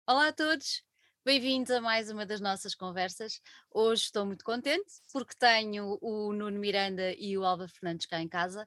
Olá a todos, bem-vindos a mais uma das nossas conversas. Hoje estou muito contente porque tenho o Nuno Miranda e o Álvaro Fernandes cá em casa,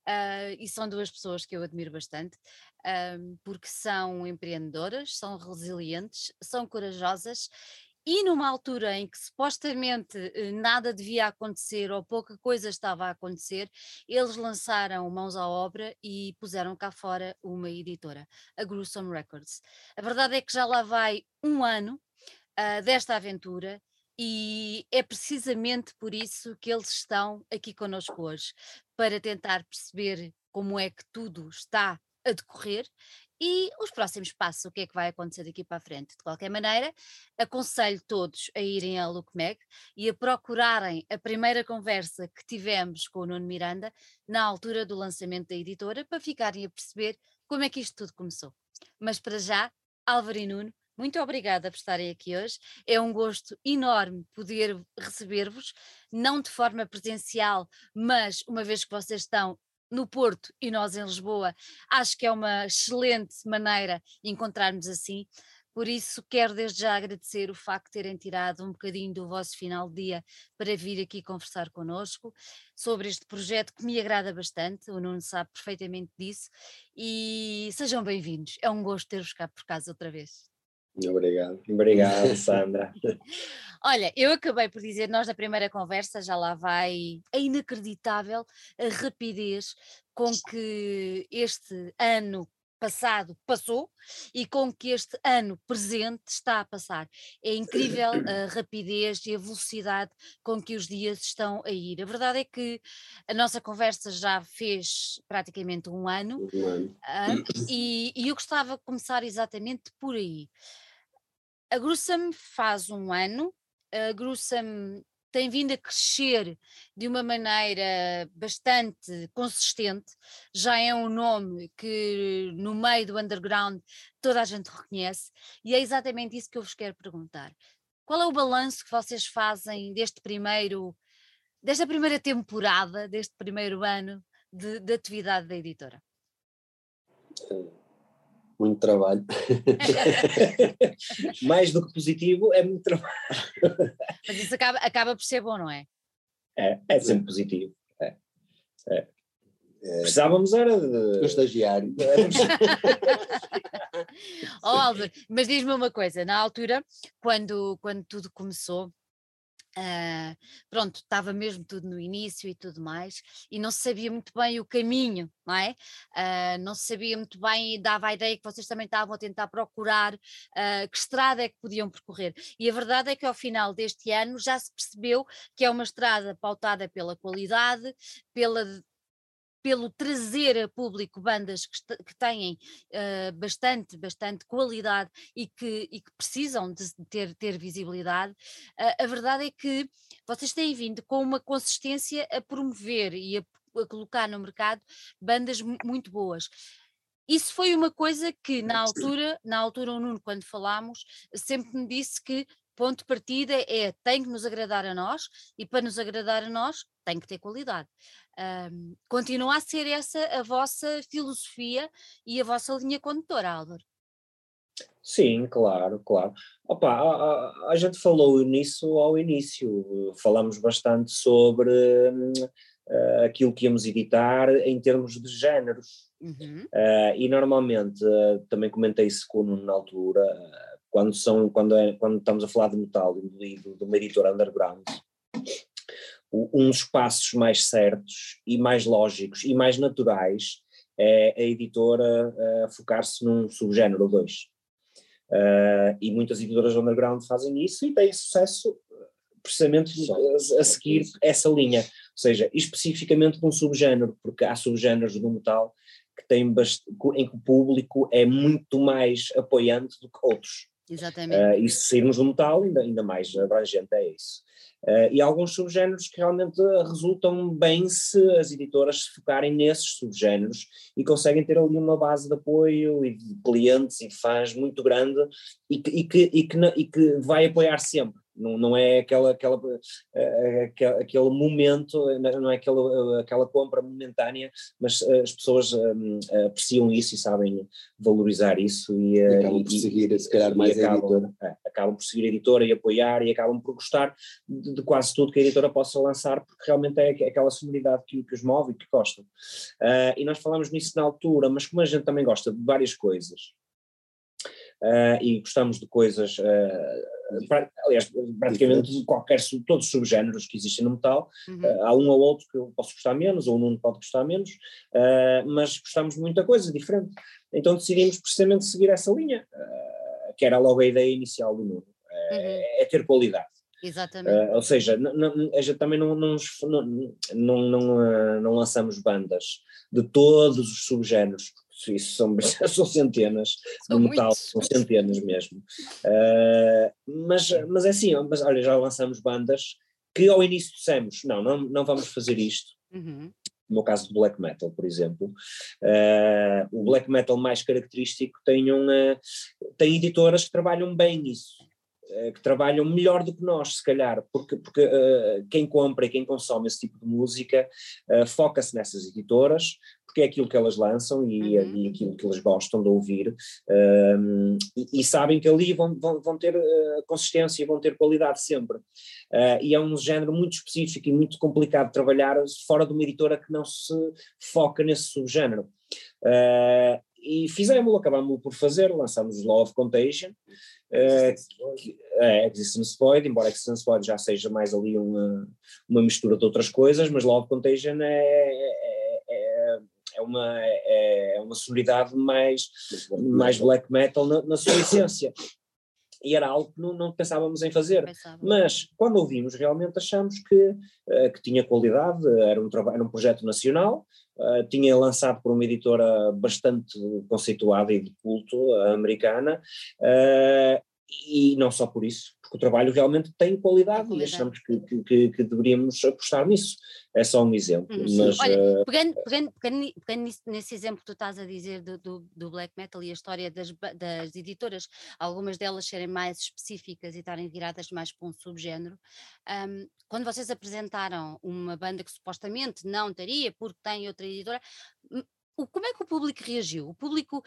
e são duas pessoas que eu admiro bastante, porque são empreendedoras, são resilientes, são corajosas e numa altura em que supostamente nada devia acontecer ou pouca coisa estava a acontecer, eles lançaram mãos à obra e puseram cá fora uma editora, a Gruesome Records. A verdade é que já lá vai um ano, desta aventura e é precisamente por isso que eles estão aqui connosco hoje, para tentar perceber como é que tudo está a decorrer e os próximos passos, o que é que vai acontecer daqui para a frente. De qualquer maneira, aconselho todos a irem ao LookMag e a procurarem a primeira conversa que tivemos com o Nuno Miranda na altura do lançamento da editora para ficarem a perceber como é que isto tudo começou. Mas para já, Álvaro e Nuno, muito obrigada por estarem aqui hoje. É um gosto enorme poder receber-vos, não de forma presencial, mas uma vez que vocês estão no Porto e nós em Lisboa, acho que é uma excelente maneira de encontrarmos assim. Por isso, quero desde já agradecer o facto de terem tirado um bocadinho do vosso final de dia para vir aqui conversar connosco sobre este projeto que me agrada bastante. O Nuno sabe perfeitamente disso. E sejam bem-vindos. É um gosto ter-vos cá por casa outra vez. Obrigado, obrigado, Sandra. Olha, eu acabei por dizer, nós na primeira conversa já lá vai a inacreditável a rapidez com que este ano passado passou e com que este ano presente está a passar. É incrível a rapidez e a velocidade com que os dias estão a ir. A verdade é que a nossa conversa já fez praticamente um ano, Mano. e eu gostava de começar exatamente por aí. A Grussam faz um ano, a Grussam tem vindo a crescer de uma maneira bastante consistente, já é um nome que no meio do underground toda a gente reconhece, e é exatamente isso que eu vos quero perguntar. Qual é o balanço que vocês fazem desta primeira temporada, deste primeiro ano de atividade da editora? Muito trabalho. Mais do que positivo, é muito trabalho. Mas isso acaba por ser bom, não é? É sempre positivo. É. Precisávamos era O de. estagiário. Oh, Álvaro, mas diz-me uma coisa, na altura, quando tudo começou, pronto, estava mesmo tudo no início e tudo mais, e não se sabia muito bem o caminho, não é? Não se sabia muito bem, e dava a ideia que vocês também estavam a tentar procurar que estrada é que podiam percorrer. E a verdade é que ao final deste ano já se percebeu que é uma estrada pautada pela qualidade, pela pelo trazer a público bandas que têm bastante qualidade e que precisam de ter visibilidade. A verdade é que vocês têm vindo com uma consistência a promover e a colocar no mercado bandas muito boas. Isso foi uma coisa que na altura o Nuno, quando falámos, sempre me disse que ponto de partida tem que nos agradar a nós e para nos agradar a nós tem que ter qualidade. Continua a ser essa a vossa filosofia e a vossa linha condutora, Álvaro? Sim, claro, claro. Opa, a gente falou nisso ao início, falamos bastante sobre aquilo que íamos editar em termos de géneros. Uhum. E normalmente, também comentei isso com o Nuno na altura, quando estamos a falar de metal e de uma editora underground, um dos passos mais certos e mais lógicos e mais naturais é a editora focar-se num subgénero ou dois. E muitas editoras underground fazem isso e têm sucesso precisamente a seguir essa linha, ou seja, especificamente de um subgénero, porque há subgéneros do metal em que o público é muito mais apoiante do que outros. Exatamente. E se sairmos do metal, ainda mais abrangente é isso. E há alguns subgéneros que realmente resultam bem se as editoras se focarem nesses subgéneros e conseguem ter ali uma base de apoio e de clientes e de fãs muito grande e que vai apoiar sempre. não é aquele momento, não é aquela compra momentânea, mas as pessoas apreciam isso e sabem valorizar isso e acabam por seguir, se calhar, mais a editora. Acabam por seguir a editora e apoiar e acabam por gostar de quase tudo que a editora possa lançar, porque realmente é aquela sonoridade que os move e que gostam. E nós falamos nisso na altura, mas como a gente também gosta de várias coisas, e gostamos de coisas, aliás, praticamente de todos os subgéneros que existem no metal, há um ou outro que eu posso gostar menos, ou um Nuno pode gostar menos, mas gostamos de muita coisa diferente, então decidimos precisamente seguir essa linha, que era logo a ideia inicial do Nuno, é ter qualidade. Exatamente. Ou seja, a gente também não lançamos bandas de todos os subgéneros, isso são centenas, no metal são centenas mesmo, mas é assim, mas olha, já lançamos bandas que ao início dissemos, não vamos fazer isto, no meu caso do black metal, por exemplo, o black metal mais característico tem editoras que trabalham bem nisso, que trabalham melhor do que nós, se calhar, porque quem compra e quem consome esse tipo de música foca-se nessas editoras, porque é aquilo que elas lançam e aquilo que eles gostam de ouvir, e sabem que ali vão ter consistência e vão ter qualidade sempre. E é um género muito específico e muito complicado de trabalhar fora de uma editora que não se foca nesse subgénero. E acabámos por fazer, lançámos Law of Contagion, Existence Void, embora Existence Void já seja mais ali uma mistura de outras coisas, mas Law of Contagion é uma sonoridade mais black metal na sua essência. E era algo que não pensávamos em fazer, mas quando ouvimos realmente achamos que tinha qualidade, era um projeto nacional, tinha lançado por uma editora bastante conceituada e de culto, americana, e não só por isso, porque o trabalho realmente tem qualidade e achamos que deveríamos apostar nisso. É só um exemplo. Mas, olha, pegando nesse exemplo que tu estás a dizer do black metal e a história das editoras, algumas delas serem mais específicas e estarem viradas mais para um subgénero, quando vocês apresentaram uma banda que supostamente não teria, porque tem outra editora, como é que o público reagiu? O público,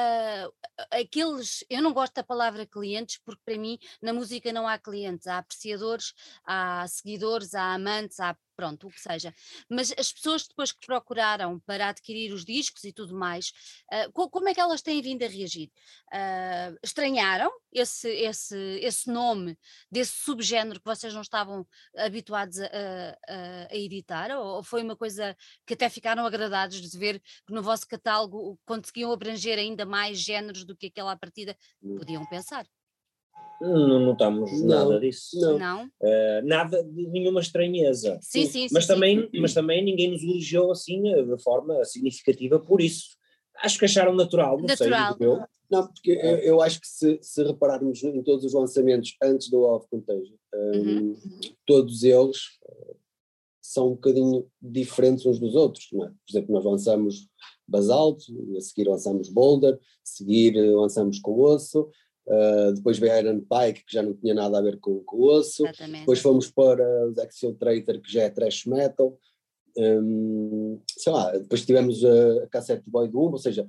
eu não gosto da palavra clientes, porque para mim na música não há clientes, há apreciadores, há seguidores, há amantes, pronto, o que seja, mas as pessoas depois que procuraram para adquirir os discos e tudo mais, como é que elas têm vindo a reagir? Estranharam esse nome desse subgénero que vocês não estavam habituados a editar, ou foi uma coisa que até ficaram agradados de ver que no vosso catálogo conseguiam abranger ainda mais géneros do que aquela à partida podiam pensar? Não notamos nada disso. Não? Nada de nenhuma estranheza. Sim, mas também ninguém nos elogiou assim de forma significativa por isso. Acho que acharam natural, não sei. Não, porque eu acho que se repararmos em todos os lançamentos antes do Law of Contagion, todos eles são um bocadinho diferentes uns dos outros, não é? Por exemplo, nós lançamos Basalto, a seguir lançamos Boulder, a seguir lançamos Colosso, depois veio Iron Pike, que já não tinha nada a ver com o osso. Exatamente. Depois fomos para os Exfiltrator, que já é thrash metal, sei lá, depois tivemos a Cassette Boy do 1, ou seja,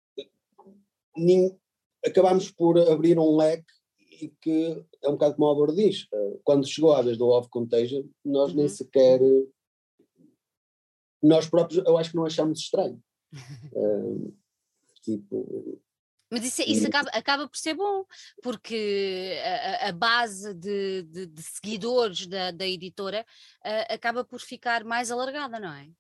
acabámos por abrir um leque e que é um bocado como o Álvaro diz, quando chegou a vez do Love Contagion, nós nem sequer, nós próprios, eu acho que não achámos estranho. Mas isso acaba por ser bom, porque a base de seguidores da editora acaba por ficar mais alargada, não é?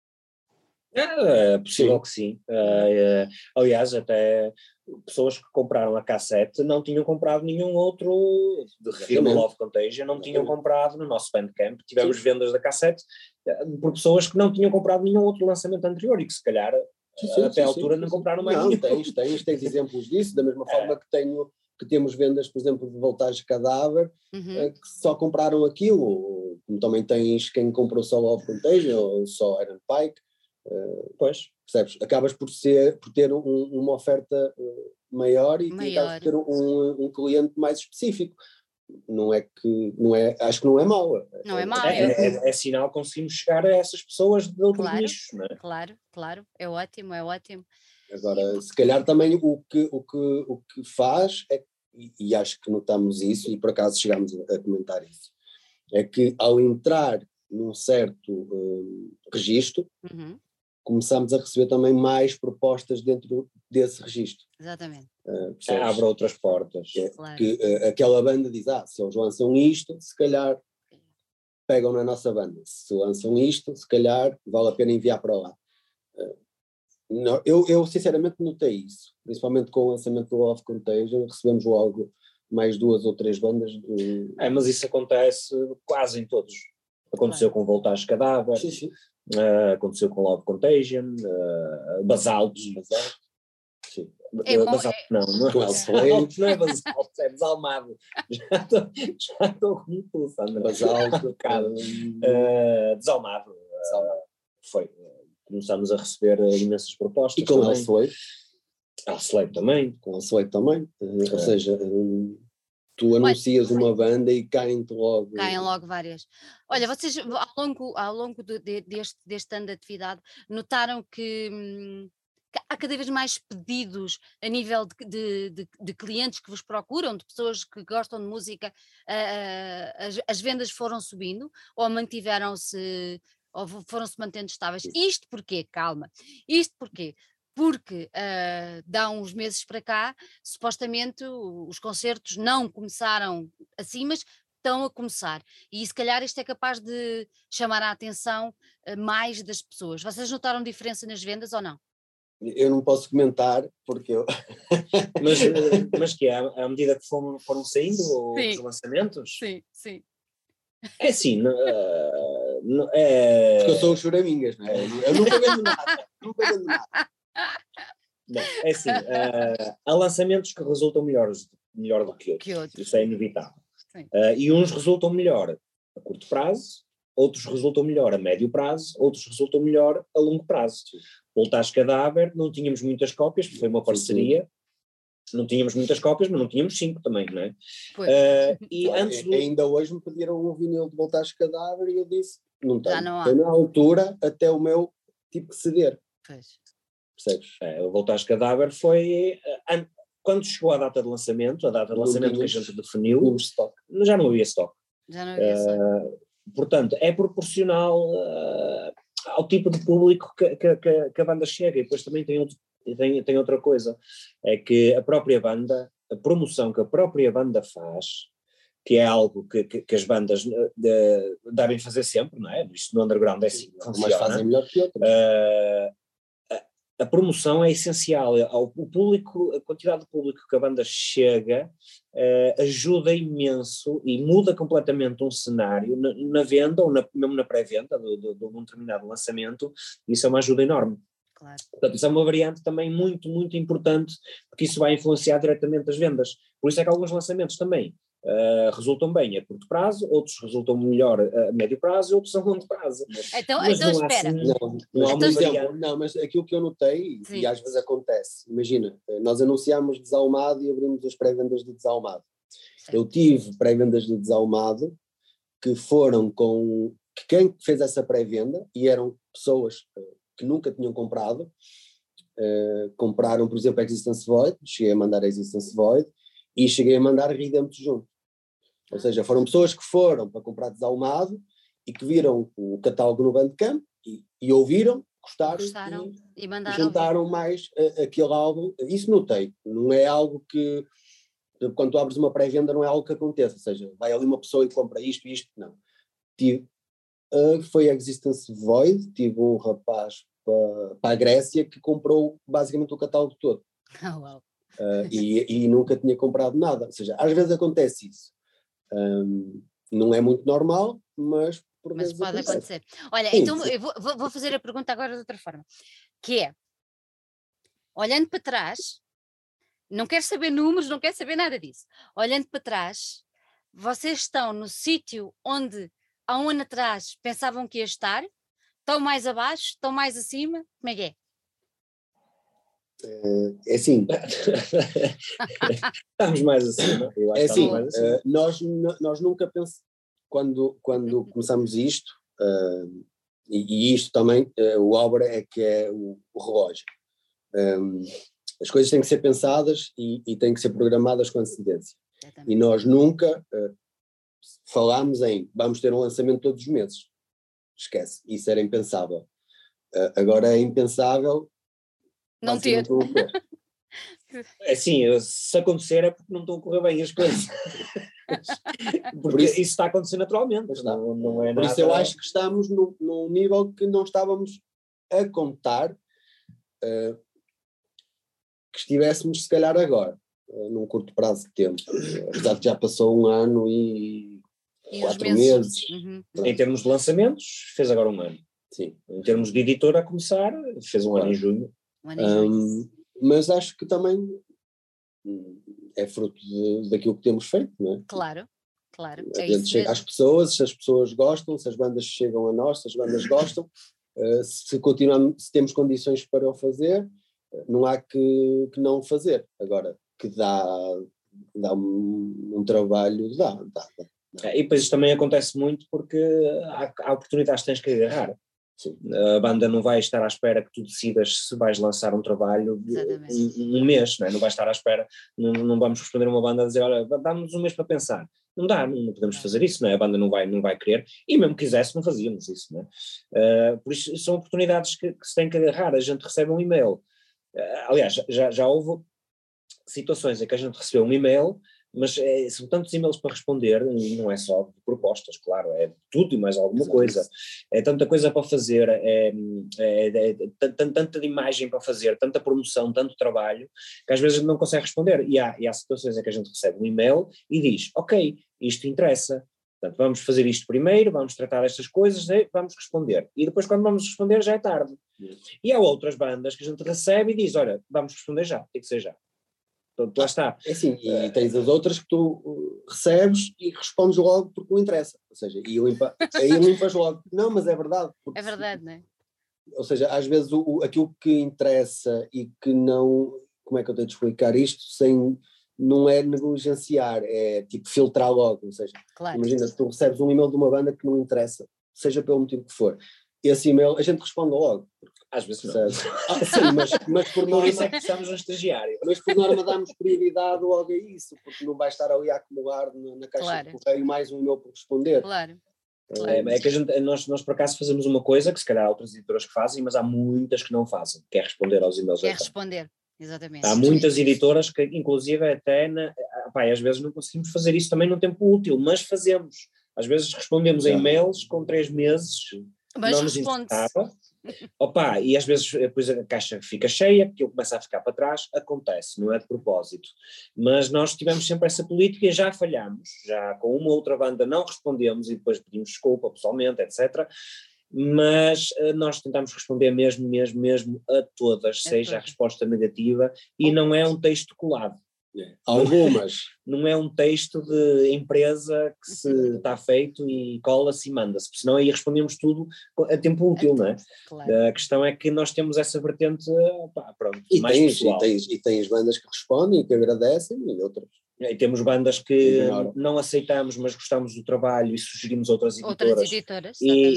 É possível que sim. Aliás, até pessoas que compraram a cassete não tinham comprado nenhum outro de firma Love Contagion, não tinham comprado no nosso Bandcamp. Tivemos vendas da cassete por pessoas que não tinham comprado nenhum outro lançamento anterior e que se calhar até à altura não compraram mais nenhum. Tens exemplos disso, da mesma forma que temos vendas, por exemplo, de Voltage Cadáver, que só compraram aquilo, como também tens quem comprou só Love Contagion ou só Iron Pike. Pois, percebes? Acabas por ter uma oferta maior e acabas por ter um cliente mais específico. acho que não é mau. Não é mau. É sinal que conseguimos chegar a essas pessoas de outros nichos, não é? Claro, é ótimo. Agora, se calhar também o que faz, e acho que notamos isso, e por acaso chegámos a comentar isso, é que ao entrar num certo registro, começamos a receber também mais propostas dentro desse registro. Exatamente. Abre outras portas. Claro. Que aquela banda diz, se eles lançam isto, se calhar pegam na nossa banda. Se lançam isto, se calhar vale a pena enviar para lá. Não, eu sinceramente notei isso, principalmente com o lançamento do Love Contagion, recebemos logo mais 2 ou 3 bandas. Mas isso acontece quase em todos. Aconteceu com Voltage Cadáver, sim. Aconteceu com Love Contagion, Basaltos. Sim. Não é Basalto, não é Basalto, é Desalmado. Já estou com pulso, André. Basalto, Desalmado. Foi. Começámos a receber imensas propostas. E com a Slave também. Com a Slave também. Ou seja, tu anuncias uma banda e caem-te logo. Caem logo várias. Olha, vocês ao longo deste ano de atividade notaram que há cada vez mais pedidos a nível de clientes que vos procuram, de pessoas que gostam de música, as vendas foram subindo ou mantiveram-se, ou foram-se mantendo estáveis? Isto porquê? Calma. Isto porquê? Porque de há uns meses para cá, supostamente os concertos não começaram assim, mas estão a começar. E se calhar isto é capaz de chamar a atenção mais das pessoas. Vocês notaram diferença nas vendas ou não? Eu não posso comentar, porque eu... mas que à medida que foram saindo os lançamentos? Sim. É assim, Porque eu sou o choramingas, não é? Eu nunca vendo nada. Não, é assim, há lançamentos que resultam melhor do que outros. Isso é inevitável. E uns resultam melhor a curto prazo, outros resultam melhor a médio prazo, outros resultam melhor a longo prazo. Voltage Cadáver, não tínhamos muitas cópias, porque foi uma parceria. Não tínhamos muitas cópias, mas não tínhamos 5 também, não é? E ainda hoje me pediram um vinil de Voltage Cadáver e eu disse, não tenho. Já não há. Foi na altura até o meu tipo de ceder. Pois. Percebes? O Voltage Cadáver foi... Quando chegou a data de lançamento, que a gente definiu, já não havia stock. Já não havia stock. Portanto, é proporcional ao tipo de público que a banda chega. E depois também tem outra coisa, é que a própria banda, a promoção que a própria banda faz, que é algo que as bandas devem fazer sempre, não é? Isto no underground é assim que funciona. Mas fazem melhor que outros. A promoção é essencial. O público, a quantidade de público que a banda chega ajuda imenso e muda completamente um cenário na venda ou mesmo na pré-venda de um determinado lançamento. Isso é uma ajuda enorme. Claro. Portanto, isso é uma variante também muito, muito importante, porque isso vai influenciar diretamente as vendas. Por isso é que alguns lançamentos também resultam bem a curto prazo, outros resultam melhor a médio prazo e outros a longo prazo. Então espera. Mas aquilo que eu notei, e às vezes acontece, imagina, nós anunciámos Desalmado e abrimos as pré-vendas de Desalmado. Certo. Eu tive pré-vendas de Desalmado que foram com quem fez essa pré-venda, e eram pessoas que nunca tinham comprado, compraram, por exemplo, Existence Void, cheguei a mandar Existence Void, e cheguei a mandar Redemption junto. Ou seja, foram pessoas que foram para comprar Desalmado e que viram o catálogo no Bandcamp e ouviram, gostaram e juntaram mais aquele álbum. Isso notei, não é algo que, quando tu abres uma pré-venda, não é algo que aconteça, ou seja, vai ali uma pessoa e compra isto, não. Foi Existence Void, tive um rapaz para a Grécia que comprou basicamente o catálogo todo. Wow. E nunca tinha comprado nada. Ou seja, às vezes acontece isso. Não é muito normal, mas por vezes pode acontecer. Olha, sim, então sim. Eu vou fazer a pergunta agora de outra forma, que é, olhando para trás, não quero saber números, não quero saber nada disso. Olhando para trás, vocês estão no sítio onde há um ano atrás pensavam que ia estar? Estão mais abaixo? Estão mais acima? Como é que é? É assim. Estamos mais acima. Eu acho É assim, mais acima. nós nunca pensamos, quando começamos isto, e isto também, o obra é que é o relógio. As coisas têm que ser pensadas e têm que ser programadas com antecedência. E nós nunca falámos em vamos ter um lançamento todos os meses. Esquece, isso era impensável. Agora é impensável não ter. Não ter. É assim, se acontecer é porque não estão a correr bem as coisas. Porque isso está a acontecer naturalmente. Não é Por nada... isso eu acho que estamos num nível que não estávamos a contar que estivéssemos se calhar agora, num curto prazo de tempo. Apesar de já passou 1 ano e 4 meses. Em termos de lançamentos, fez agora 1 ano. Sim. Em termos de editora a começar, fez 1 ano em junho. Mas acho que também é fruto daquilo que temos feito, não é? Claro. A gente chega às pessoas, se as pessoas gostam, se as bandas chegam a nós, se as bandas gostam, se temos condições para o fazer, não há que não fazer. Agora, que dá um trabalho, dá. E depois isto também acontece muito porque há oportunidades que tens que agarrar. Sim. A banda não vai estar à espera que tu decidas se vais lançar um trabalho um mês, não é? Não vai estar à espera, não vamos responder a uma banda a dizer, olha, dá-nos 1 mês para pensar. Não dá, não podemos fazer isso, não é? A banda não vai querer, e mesmo que quisesse não fazíamos isso, não é? Por isso são oportunidades que se tem que agarrar. A gente recebe um e-mail, aliás, já houve situações em que a gente recebeu um e-mail, mas são tantos e-mails para responder, e não é só de propostas, claro, é tudo e mais alguma coisa, é tanta coisa para fazer, tanta imagem para fazer, tanta promoção, tanto trabalho, que às vezes a gente não consegue responder, e há situações em que a gente recebe um e-mail e diz, ok, isto interessa, portanto vamos fazer isto primeiro, vamos tratar estas coisas, vamos responder, e depois quando vamos responder já é tarde. E há outras bandas que a gente recebe e diz, olha, vamos responder já, tem que ser já. Portanto, lá está. É assim, e tens as outras que tu recebes e respondes logo porque não interessa. Ou seja, aí limpas logo. Não, mas é verdade. É verdade, não é? Ou seja, às vezes aquilo que interessa e que não... Como é que eu tenho de explicar isto sem... Não é negligenciar, é tipo filtrar logo. Ou seja, imagina, se tu recebes um e-mail de uma banda que não interessa, seja pelo motivo que for, esse e-mail a gente responde logo. Às vezes não. Sim, mas por norma... Por isso é que precisamos de um estagiário. Mas por norma damos prioridade logo a isso, porque não vai estar ali a acumular na caixa de correio mais um e-mail por responder. Claro. É que nós por acaso fazemos uma coisa que se calhar há outras editoras que fazem, mas há muitas que não fazem, que é responder aos e-mails. É responder, exatamente. Há muitas editoras que inclusive até, às vezes não conseguimos fazer isso também no tempo útil, mas fazemos. Às vezes respondemos a e-mails com 3 meses, mas não nos interessava. E às vezes depois a caixa fica cheia, porque ele começa a ficar para trás, acontece, não é de propósito, mas nós tivemos sempre essa política e já falhamos, já com uma ou outra banda não respondemos e depois pedimos desculpa pessoalmente, etc., mas nós tentamos responder mesmo a todas, seja a resposta negativa, e não é um texto colado. Algumas. Não é um texto de empresa que se está feito e cola-se e manda-se, porque senão aí respondemos tudo a tempo útil, não é? Claro. A questão é que nós temos essa vertente, pronto, e mais pessoal. E tens bandas que respondem e que agradecem e outras. E temos bandas que não aceitamos, mas gostamos do trabalho e sugerimos outras editoras.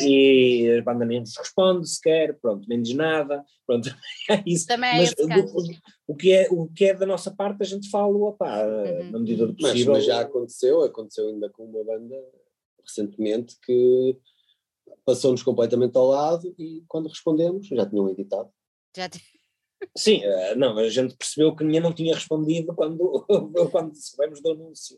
E a banda nem nos responde sequer, pronto, nem diz nada, pronto, é isso. Também mas o que é da nossa parte a gente fala, na medida do possível. Mas já aconteceu ainda com uma banda recentemente que passou-nos completamente ao lado e quando respondemos já tinham editado. Sim, não, a gente percebeu que não tinha respondido quando soubemos do anúncio.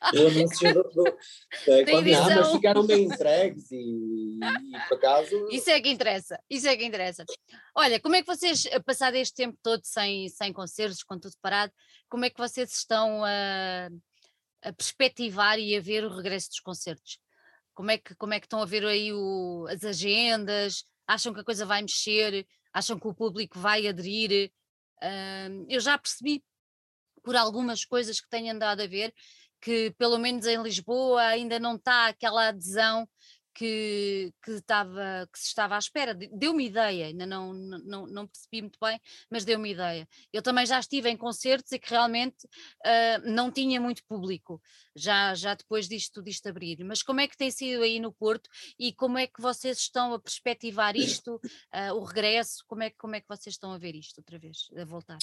Mas ficaram bem entregues e por acaso... Isso é que interessa. Olha, como é que vocês, passado este tempo todo sem concertos, com tudo parado, como é que vocês estão a perspectivar e a ver o regresso dos concertos? Como é que estão a ver aí as agendas? Acham que a coisa vai mexer? Acham que o público vai aderir? Eu já percebi por algumas coisas que tenho andado a ver que pelo menos em Lisboa ainda não está aquela adesão que se estava à espera. Deu-me ideia, ainda não percebi muito bem, mas deu-me ideia. Eu também já estive em concertos e que realmente não tinha muito público, já depois disto abrir. Mas como é que tem sido aí no Porto e como é que vocês estão a perspectivar isto, o regresso, como é que vocês estão a ver isto outra vez, a voltar?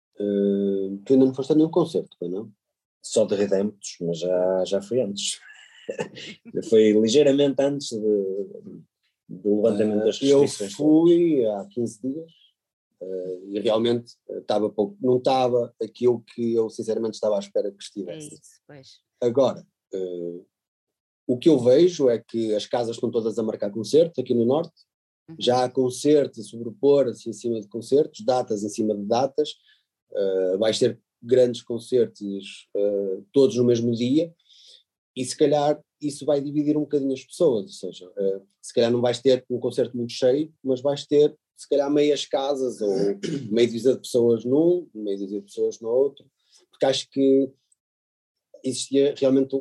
Tu ainda não foste a nenhum concerto, não? Só de Redemptos, mas já foi antes. Foi ligeiramente antes do levantamento das restrições. Eu fui há 15 dias e realmente estava pouco, não estava aquilo que eu sinceramente estava à espera que estivesse. É isso, pois. Agora, o que eu vejo é que as casas estão todas a marcar concertos aqui no Norte, já há concertos a sobrepor-se em cima de concertos, datas em cima de datas, vais ter grandes concertos todos no mesmo dia, e se calhar isso vai dividir um bocadinho as pessoas, ou seja, se calhar não vais ter um concerto muito cheio, mas vais ter se calhar meias casas ou meia dúzia de pessoas num, meia dúzia de pessoas no outro, porque acho que existia realmente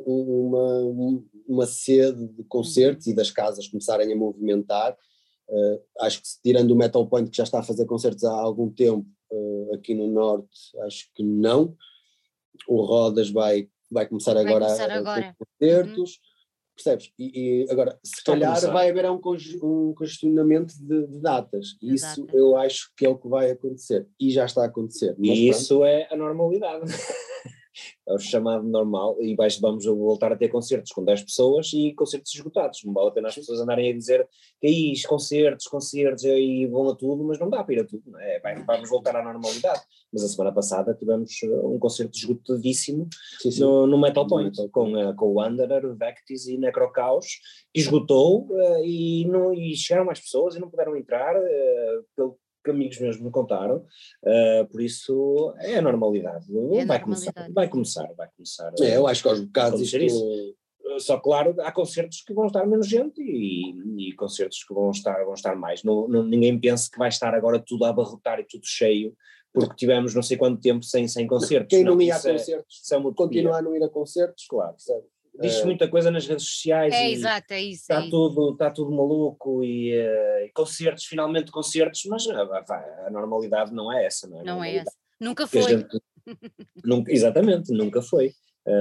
uma sede de concertos e das casas começarem a movimentar. Acho que tirando o Metal Point, que já está a fazer concertos há algum tempo aqui no Norte, acho que não. O Rodas vai começar agora a concertos, percebes? E agora, se calhar vai haver um congestionamento de datas. Isso eu acho que é o que vai acontecer e já está a acontecer. E isso é a normalidade. É o chamado normal, e vamos voltar a ter concertos com 10 pessoas e concertos esgotados. Não vale a pena as pessoas andarem a dizer que aí concertos e vão a tudo, mas não dá para ir a tudo, não é? Vamos voltar à normalidade. Mas a semana passada tivemos um concerto esgotadíssimo no Metal Point, com o Wanderer, Vectis e Necrocaos, que esgotou e chegaram mais pessoas e não puderam entrar, pelo que amigos meus me contaram, por isso é a normalidade. Vai começar. Eu acho que aos bocados isto... Só claro, há concertos que vão estar menos gente e concertos que vão estar mais. Ninguém pensa que vai estar agora tudo a abarrotar e tudo cheio, porque tivemos não sei quanto tempo sem concertos. Quem não ia a concertos, continua a não ir a concertos, claro. Diz muita coisa nas redes sociais exato, é isso. Está tudo maluco e concertos, finalmente concertos, mas a normalidade não é essa, não é? Não é essa. Nunca foi. Exatamente, nunca foi.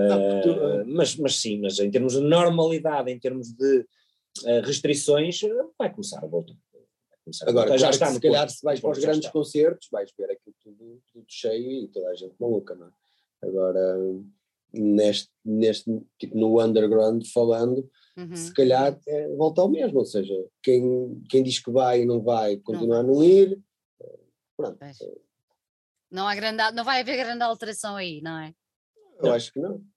Mas sim, mas em termos de normalidade, em termos de restrições, vai começar a voltar. Agora, já está, se calhar se vais para os grandes concertos, vais ver aquilo tudo cheio e toda a gente maluca, não é? Agora, tipo, no underground falando, se calhar volta ao mesmo, ou seja, quem diz que vai e não vai, continua a não ir, pronto. Não vai haver grande alteração aí, não é? Eu acho que não.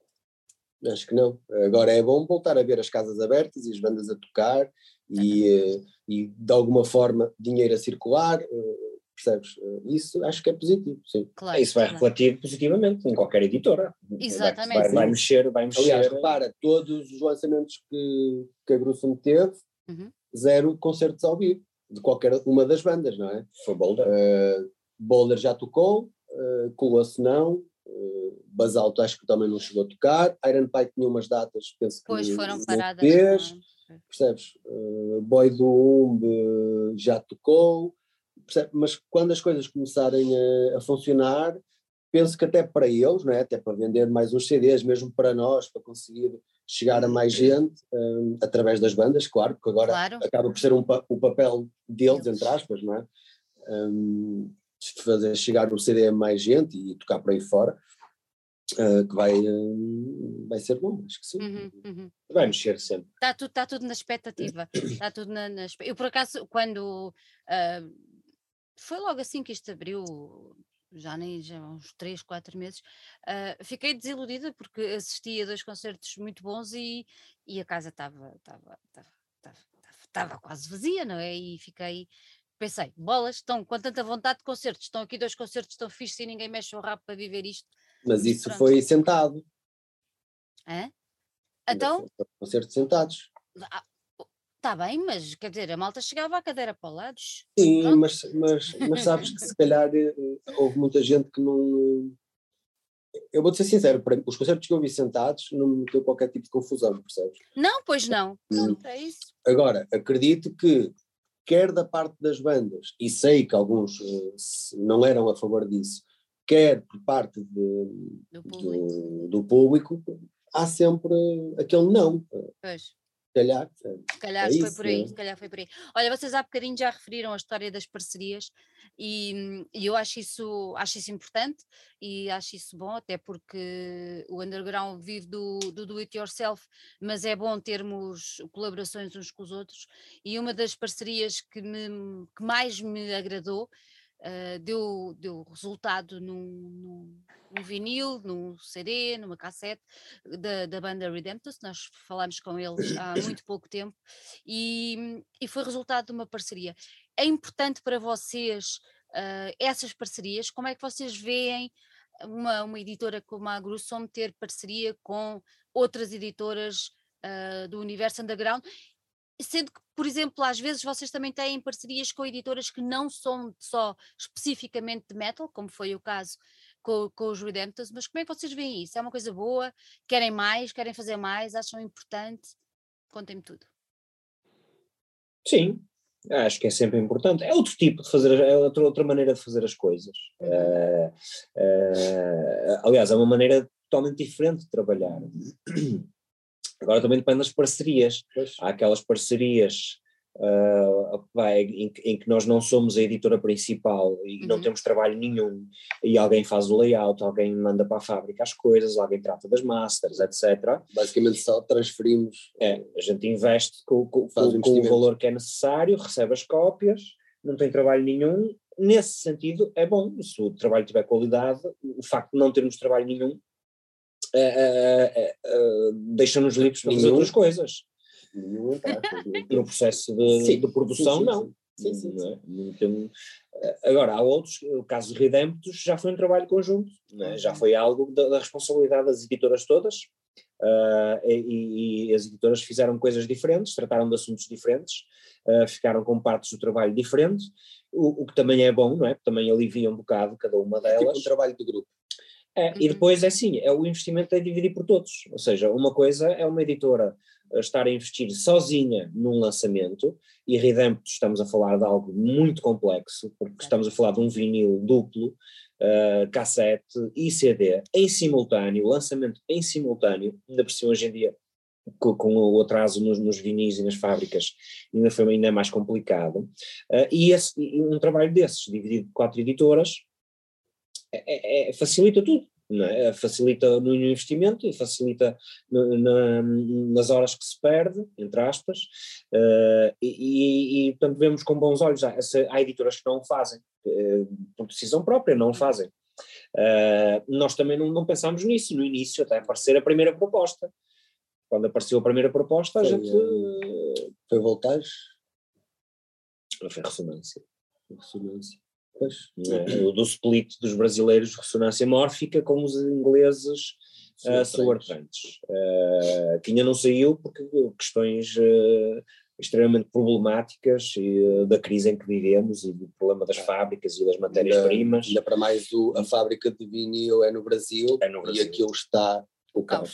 Agora é bom voltar a ver as casas abertas e as bandas a tocar e de alguma forma dinheiro a circular, percebes? Isso acho que é positivo, sim. Claro, isso vai refletir positivamente em qualquer editora. Exatamente. Vai mexer. Aliás, repara, todos os lançamentos que a Gruesome teve, 0 concertos ao vivo, de qualquer uma das bandas, não é? Foi Boulder. Boulder já tocou, Colosso não, Basalto acho que também não chegou a tocar, Iron Pie tinha umas datas, penso que foram paradas. Percebes? Boy do Umb já tocou, percebes? Mas quando as coisas começarem a funcionar, penso que até para eles, não é? Até para vender mais uns CDs, mesmo para nós, para conseguir chegar a mais gente, através das bandas, claro, porque agora acaba por ser o papel deles, entre aspas, não é? Fazer chegar o CD a mais gente e tocar por aí fora, que vai ser bom, acho que sim. Vai mexer sempre. Está tudo na expectativa. Está tudo eu, por acaso, quando foi logo assim que isto abriu, já há uns 3, 4 meses, fiquei desiludida porque assisti a 2 concertos muito bons e a casa estava quase vazia, não é? E pensei, bolas, estão com tanta vontade de concertos, estão aqui 2 concertos tão fixos e ninguém mexe o rabo para viver isto. Mas isso foi sentado. Então? Concertos sentados. Está bem, mas quer dizer, a malta chegava à cadeira para lados. Sim, mas sabes que se calhar houve muita gente que não Eu vou-te ser sincero, os concertos que eu vi sentados não me deu qualquer tipo de confusão, percebes? Não, pois não. Pronto, é isso. Agora, acredito que, quer da parte das bandas, e sei que alguns não eram a favor disso, quer por parte do público, há sempre aquele não. Pois. Se calhar é foi isso, por aí, né? se calhar foi por aí. Olha, vocês há bocadinho já referiram a história das parcerias e eu acho isso importante e acho isso bom, até porque o underground vive do it yourself, mas é bom termos colaborações uns com os outros. E uma das parcerias que mais me agradou, deu resultado num vinil, num CD, numa cassete da banda Redemptus. Nós falámos com eles há muito pouco tempo e foi resultado de uma parceria. É importante para vocês essas parcerias? Como é que vocês veem uma editora como a Grussom ter parceria com outras editoras do universo underground? Sendo que, por exemplo, às vezes vocês também têm parcerias com editoras que não são só especificamente de metal, como foi o caso com os Redemptors, mas como é que vocês veem isso? É uma coisa boa? Querem mais? Querem fazer mais? Acham importante? Contem-me tudo. Sim, acho que é sempre importante. É outro tipo de fazer, é outra maneira de fazer as coisas. Aliás, é uma maneira totalmente diferente de trabalhar. Agora também depende das parcerias. Pois. Há aquelas parcerias em que nós não somos a editora principal e não temos trabalho nenhum, e alguém faz o layout, alguém manda para a fábrica as coisas, alguém trata das masters, etc. Basicamente só transferimos. A gente investe com o valor que é necessário, recebe as cópias, não tem trabalho nenhum. Nesse sentido é bom, se o trabalho tiver qualidade, o facto de não termos trabalho nenhum deixa-nos livres para fazer outras coisas. No processo de produção, sim, não. Sim. Não tem. Agora, há outros, o caso de Redemptus já foi um trabalho conjunto, já foi algo da responsabilidade das editoras todas, e as editoras fizeram coisas diferentes, trataram de assuntos diferentes, ficaram com partes do trabalho diferentes, o que também é bom, não é? Também alivia um bocado cada uma delas. Tipo um trabalho de grupo. E depois é assim, o investimento é dividir por todos, ou seja, uma coisa é uma editora estar a investir sozinha num lançamento, e Redemptus estamos a falar de algo muito complexo, porque estamos a falar de um vinil duplo, cassete e CD em simultâneo, lançamento em simultâneo, ainda por cima hoje em dia com o atraso nos vinis e nas fábricas ainda é mais complicado, e um trabalho desses dividido por 4 editoras facilita tudo, não é? Facilita no investimento e facilita nas horas que se perde, entre aspas, e portanto vemos com bons olhos. Há editoras que não o fazem, por decisão própria não o fazem. Nós também não pensámos nisso no início, até aparecer a primeira proposta. Quando apareceu a primeira proposta, a gente... Foi Voltage? Foi Ressonância. Pois. Do split dos brasileiros, Ressonância Mórfica, com os ingleses Suartantes, que ainda não saiu porque questões extremamente problemáticas da crise em que vivemos e do problema das fábricas e das matérias-primas. Ainda para mais a fábrica de vinil é no Brasil. E aquilo está o caos.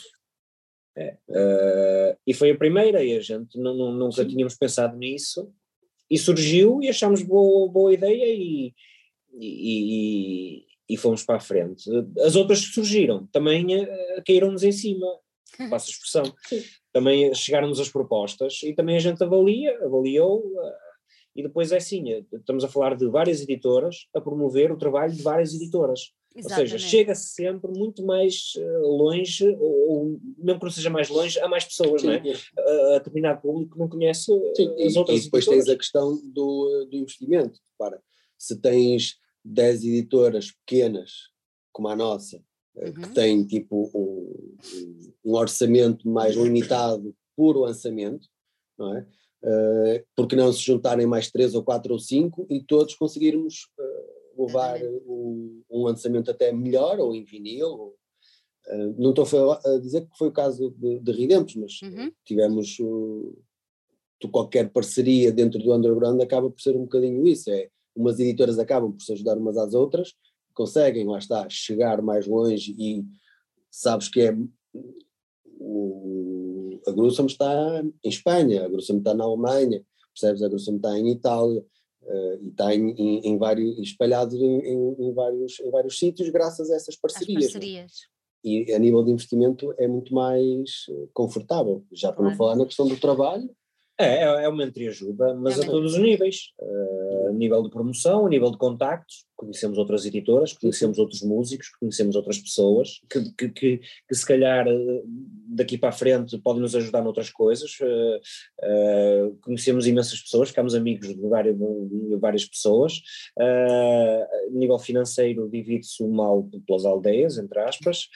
E foi a primeira e a gente nunca tínhamos pensado nisso, e surgiu e achámos boa ideia e fomos para a frente. As outras que surgiram também caíram-nos em cima, passa a expressão. Também chegaram-nos as propostas e também a gente avaliou, e depois é assim, estamos a falar de várias editoras a promover o trabalho de várias editoras. Exatamente. Ou seja, chega-se sempre muito mais longe, ou mesmo que não seja mais longe, há mais pessoas, não é? A determinado público não conhece as outras editoras. E depois tens a questão do investimento. Para, se tens 10 editoras pequenas, como a nossa, que têm tipo um orçamento mais limitado por lançamento, não é? Porque não se juntarem mais 3 ou 4 ou 5 e todos conseguirmos levar um lançamento até melhor, ou em vinil. Não estou a dizer que foi o caso de Redemptus, mas tivemos qualquer parceria dentro do underground acaba por ser um bocadinho isso, umas editoras acabam por se ajudar umas às outras, conseguem, lá está, chegar mais longe e sabes que a Grussam está em Espanha, a Grussam está na Alemanha, percebes? A Grussam está em Itália, e está em vários, espalhado em vários sítios graças a essas parcerias. E a nível de investimento é muito mais confortável, já para não falar na questão do trabalho. É uma entreajuda, mas a todos os níveis, a nível de promoção, a nível de contactos, conhecemos outras editoras, conhecemos outros músicos, conhecemos outras pessoas, que se calhar daqui para a frente podem nos ajudar noutras coisas, conhecemos imensas pessoas, ficamos amigos de várias pessoas, a nível financeiro divide-se o mal pelas aldeias, entre aspas,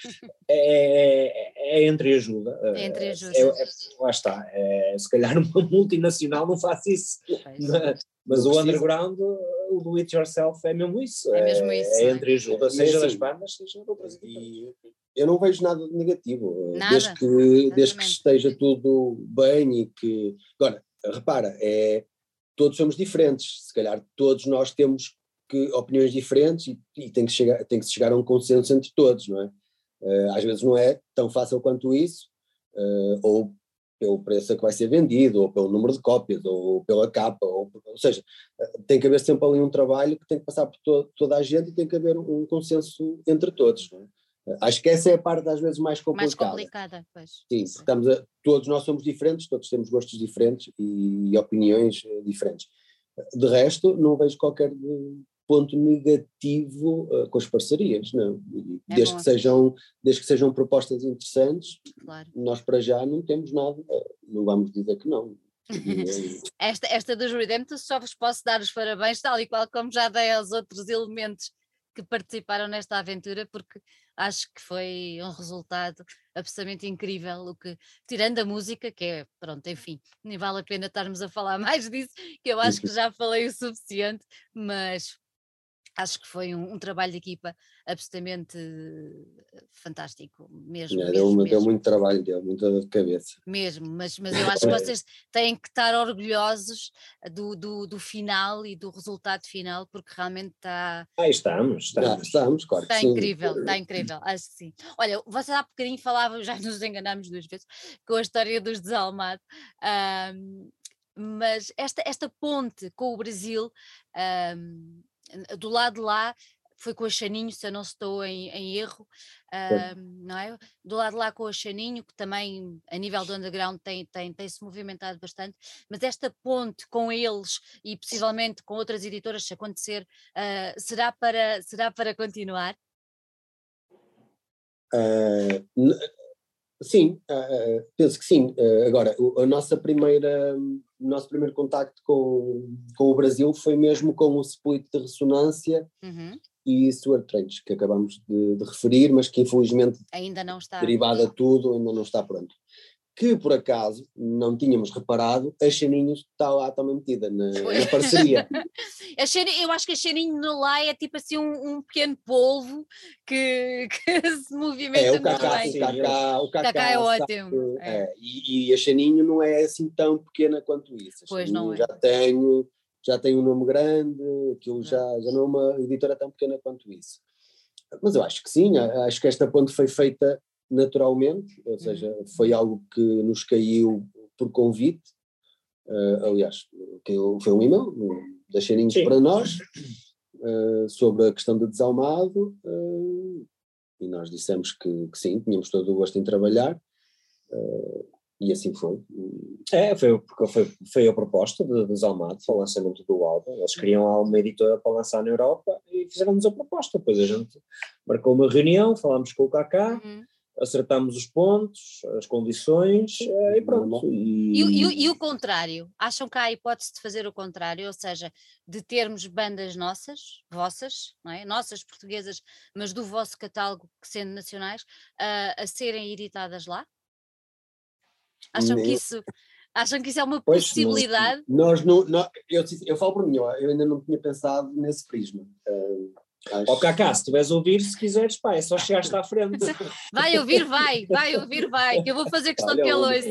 é entreajuda. Lá está, se calhar uma multinacional não faz isso, mas o underground, o do it yourself é mesmo isso, é entreajuda, seja das bandas, seja de outras editoras. Eu não vejo nada de negativo, desde que esteja tudo bem e que... Agora, repara, todos somos diferentes, se calhar todos nós temos opiniões diferentes e tem que se chegar a um consenso entre todos, não é? Às vezes não é tão fácil quanto isso, ou pelo preço que vai ser vendido, ou pelo número de cópias, ou pela capa, ou seja, tem que haver sempre ali um trabalho que tem que passar por toda a gente e tem que haver um consenso entre todos, não é? Acho que essa é a parte às vezes mais complicada. Pois. Sim, porque todos nós somos diferentes, todos temos gostos diferentes e opiniões diferentes. De resto, não vejo qualquer ponto negativo com as parcerias, não. Desde que sejam propostas interessantes, nós para já não temos nada, não vamos dizer que não. Esta dos Redemptus só vos posso dar os parabéns, tal e qual como já dei aos outros elementos que participaram nesta aventura, porque acho que foi um resultado absolutamente incrível, tirando a música, que é, pronto, enfim, nem vale a pena estarmos a falar mais disso, que eu acho que já falei o suficiente, mas acho que foi um trabalho de equipa absolutamente fantástico, mesmo. Deu muito trabalho, deu muita dor de cabeça. Mesmo, mas eu acho que vocês têm que estar orgulhosos do final e do resultado final, porque realmente está... Estamos, claro que sim. Está incrível, acho que sim. Olha, vocês há bocadinho falavam, já nos enganámos 2 vezes, com a história dos Desalmado, mas esta ponte com o Brasil... do lado de lá foi com a Xaninho, se eu não estou em erro, não é? Do lado de lá com a Xaninho, que também a nível do underground tem-se movimentado bastante, mas esta ponte com eles e possivelmente com outras editoras, se acontecer, será para continuar? Sim, penso que sim. Agora, o nosso primeiro contacto com o Brasil foi mesmo com o split de Ressonância e Stuart Trench, que acabamos de referir, mas que infelizmente ainda não está derivado a tudo, ainda não está pronto. Que por acaso não tínhamos reparado, a Xaninho está lá também metida na parceria. Eu acho que a Xaninho no lá é tipo assim um pequeno polvo que se movimenta muito bem. O Cacá é ótimo. E a Xaninho não é assim tão pequena quanto isso. Pois não é. Já tem um nome grande, aquilo já não é uma editora tão pequena quanto isso. Mas eu acho que sim, acho que esta ponte foi feita naturalmente, ou seja, foi algo que nos caiu por convite, aliás, foi um e-mail da Xaninhos para nós, sobre a questão de Desalmado, e nós dissemos que sim, tínhamos todo o gosto em trabalhar, e assim foi. Foi a proposta de Desalmado, foi o lançamento do álbum, eles queriam uma editora para lançar na Europa e fizeram-nos a proposta, depois a gente marcou uma reunião, falámos com o Kaká, acertámos os pontos, as condições e pronto. E o contrário? Acham que há a hipótese de fazer o contrário? Ou seja, de termos bandas vossas, não é? Nossas, portuguesas, mas do vosso catálogo, que sendo nacionais, a serem editadas lá? Acham que isso é uma possibilidade? Eu falo por mim, eu ainda não tinha pensado nesse prisma. Kaká, se estiveres a ouvir, se quiseres, é só chegaste à frente. Vai ouvir, que eu vou fazer questão que ele ouça.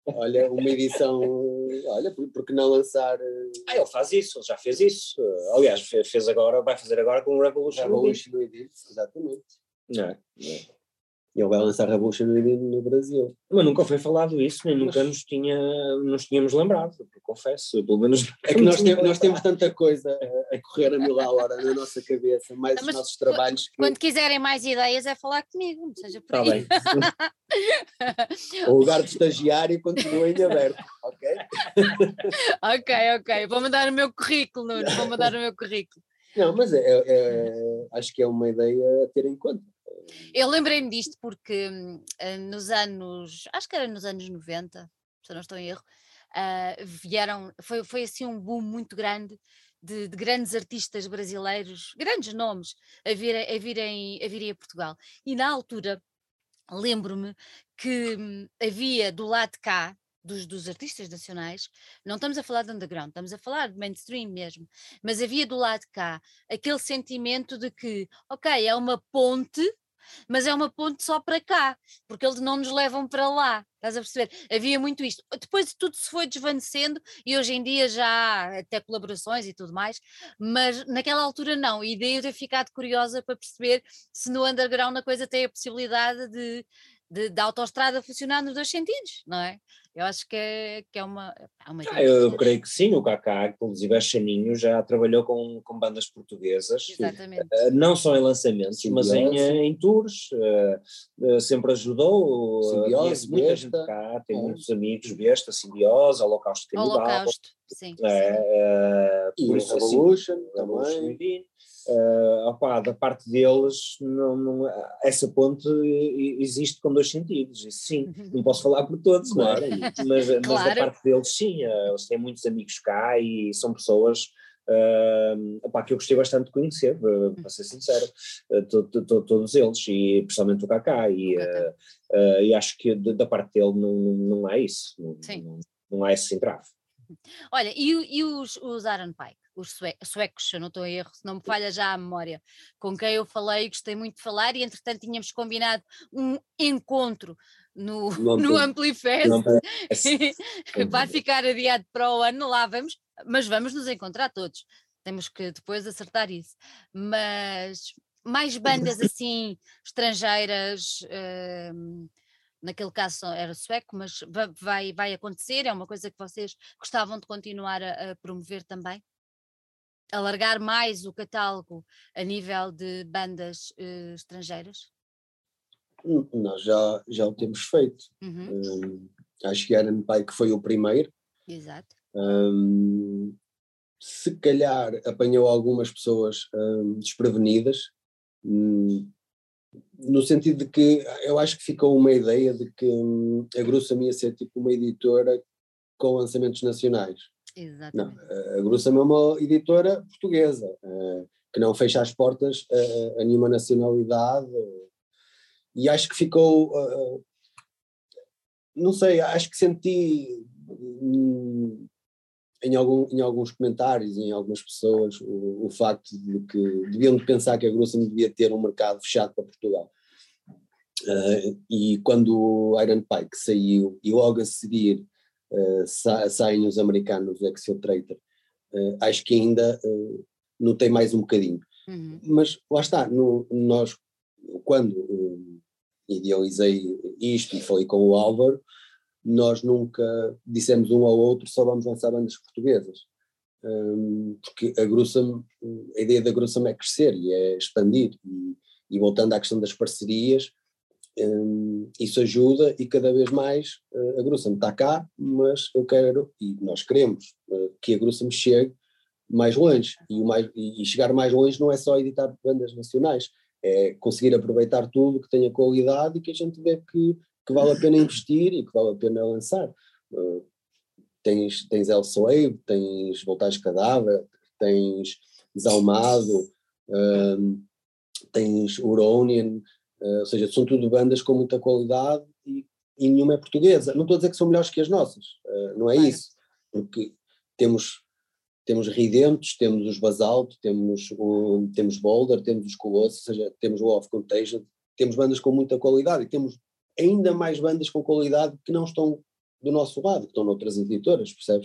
Olha, uma edição, olha, por que não lançar... Ele faz isso, ele já fez isso. Aliás, fez agora, vai fazer agora com o Revolution Within, exatamente. Não é? Ele vai lançar Revolution Within no Brasil. Mas nunca foi falado isso, nem nunca nos tínhamos lembrado, confesso, pelo menos... É que nós temos tanta coisa a correr a 1000 à hora na nossa cabeça, mais os nossos trabalhos. Quando quiserem mais ideias é falar comigo, não seja por aí. Está bem. O lugar de estagiário continua em aberto, ok? Ok. Vou mandar o meu currículo, Nuno, vou mandar o meu currículo. Não, mas acho que é uma ideia a ter em conta. Eu lembrei-me disto porque acho que era nos anos 90, se eu não estou em erro, foi assim um boom muito grande de grandes artistas brasileiros, grandes nomes, a virem a Portugal. E na altura, lembro-me que havia do lado de cá, dos artistas nacionais, não estamos a falar de underground, estamos a falar de mainstream mesmo, mas havia do lado de cá aquele sentimento de que, ok, é uma ponte, mas é uma ponte só para cá, porque eles não nos levam para lá, estás a perceber? Havia muito isto. Depois tudo se foi desvanecendo e hoje em dia já há até colaborações e tudo mais, mas naquela altura não, e daí eu ter ficado curiosa para perceber se no underground a coisa tem a possibilidade da autoestrada funcionar nos dois sentidos, não é? Eu acho que é uma eu creio que sim, o Kaká, inclusive é Chaninho, já trabalhou com bandas portuguesas. Exatamente. Não só em lançamentos, mas em tours, sempre ajudou, conhece muita gente cá, tem muitos amigos, Besta, Simbiose, Holocausto Canibal. Holocausto, sim. Por isso, Revolution também. Da parte deles, essa ponte existe com dois sentidos, isso sim, não posso falar por todos, claro, mas da parte deles sim, eles têm muitos amigos cá e são pessoas que eu gostei bastante de conhecer, para ser sincero, todos eles, e principalmente o Kaká, e acho que da parte dele não há isso, não há esse entrave. Olha, e os Iron Pike, os suecos, se eu não estou em erro, se não me falha já a memória, com quem eu falei, gostei muito de falar, e entretanto tínhamos combinado um encontro no Amplifest, vai ficar adiado para o ano, lá vamos, mas vamos nos encontrar todos, temos que depois acertar isso, mas mais bandas assim, estrangeiras... naquele caso era sueco, mas vai acontecer, é uma coisa que vocês gostavam de continuar a promover também? Alargar mais o catálogo a nível de bandas estrangeiras? Nós já o temos feito. Acho que Iron Pike foi o primeiro. Exato. Se calhar apanhou algumas pessoas desprevenidas, no sentido de que eu acho que ficou uma ideia de que a Gruesome ia ser tipo uma editora com lançamentos nacionais. Exatamente. Não, a Gruesome é uma editora portuguesa, que não fecha as portas a nenhuma nacionalidade, e acho que ficou, não sei, acho que senti em alguns comentários e em algumas pessoas o facto de que deviam pensar que a Gruesome devia ter um mercado fechado para Portugal. E quando o Iron Pike saiu e logo a seguir saem os americanos Exfiltrator, acho que ainda notei mais um bocadinho. Mas lá está, nós quando idealizei isto e falei com o Álvaro, nós nunca dissemos um ao outro só vamos lançar bandas portuguesas, porque a ideia da Gruesome é crescer e é expandir, e voltando à questão das parcerias, isso ajuda, e cada vez mais a Gruesome está cá, mas eu quero, e nós queremos, que a Gruesome chegue mais longe, e chegar mais longe não é só editar bandas nacionais, é conseguir aproveitar tudo que tenha qualidade e que a gente vê que vale a pena investir e que vale a pena lançar. Tens El Slave, tens Voltares Cadáver, tens Desalmado, tens Uronian, ou seja, são tudo bandas com muita qualidade e nenhuma é portuguesa. Não estou a dizer que são melhores que as nossas, não é isso, porque temos Ridentes, temos os Basalto, temos Boulder, temos os Colossos, ou seja, temos o Off Contagion, temos bandas com muita qualidade, e temos ainda mais bandas com qualidade que não estão do nosso lado, que estão noutras editoras, percebes?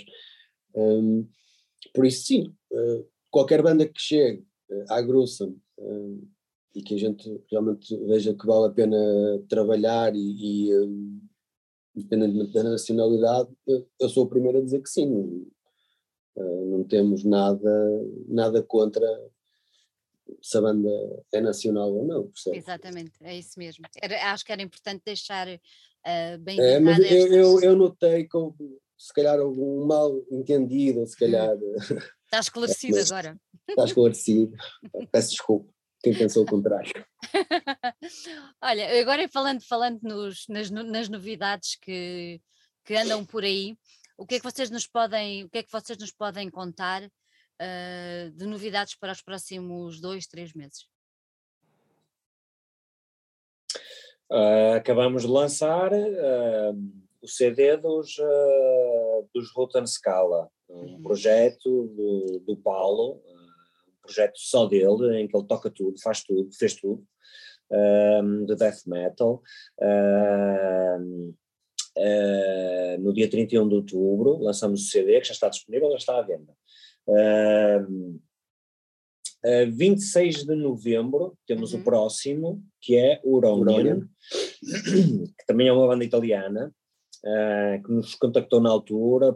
Por isso sim, qualquer banda que chegue à Gruesome e que a gente realmente veja que vale a pena trabalhar e independentemente da nacionalidade, eu sou o primeiro a dizer que sim. Não temos nada contra se a banda é nacional ou não, percebe? Exatamente, é isso mesmo. Acho que era importante deixar bem Mas vincada esta. eu notei que se calhar algum mal entendido, se calhar Está esclarecido agora. está esclarecido. Peço desculpa, quem pensou o contrário. Olha, agora falando nas novidades que andam por aí, o que é que vocês nos podem contar de novidades para os próximos 2, 3 meses? Acabamos de lançar o CD dos Rutan Scala, um projeto do Paulo, um projeto só dele, em que ele toca tudo, faz tudo, fez tudo, de death metal. No dia 31 de outubro lançamos o CD, que já está disponível, já está à venda. 26 de novembro temos o próximo, que é o Uronian, que também é uma banda italiana, que nos contactou na altura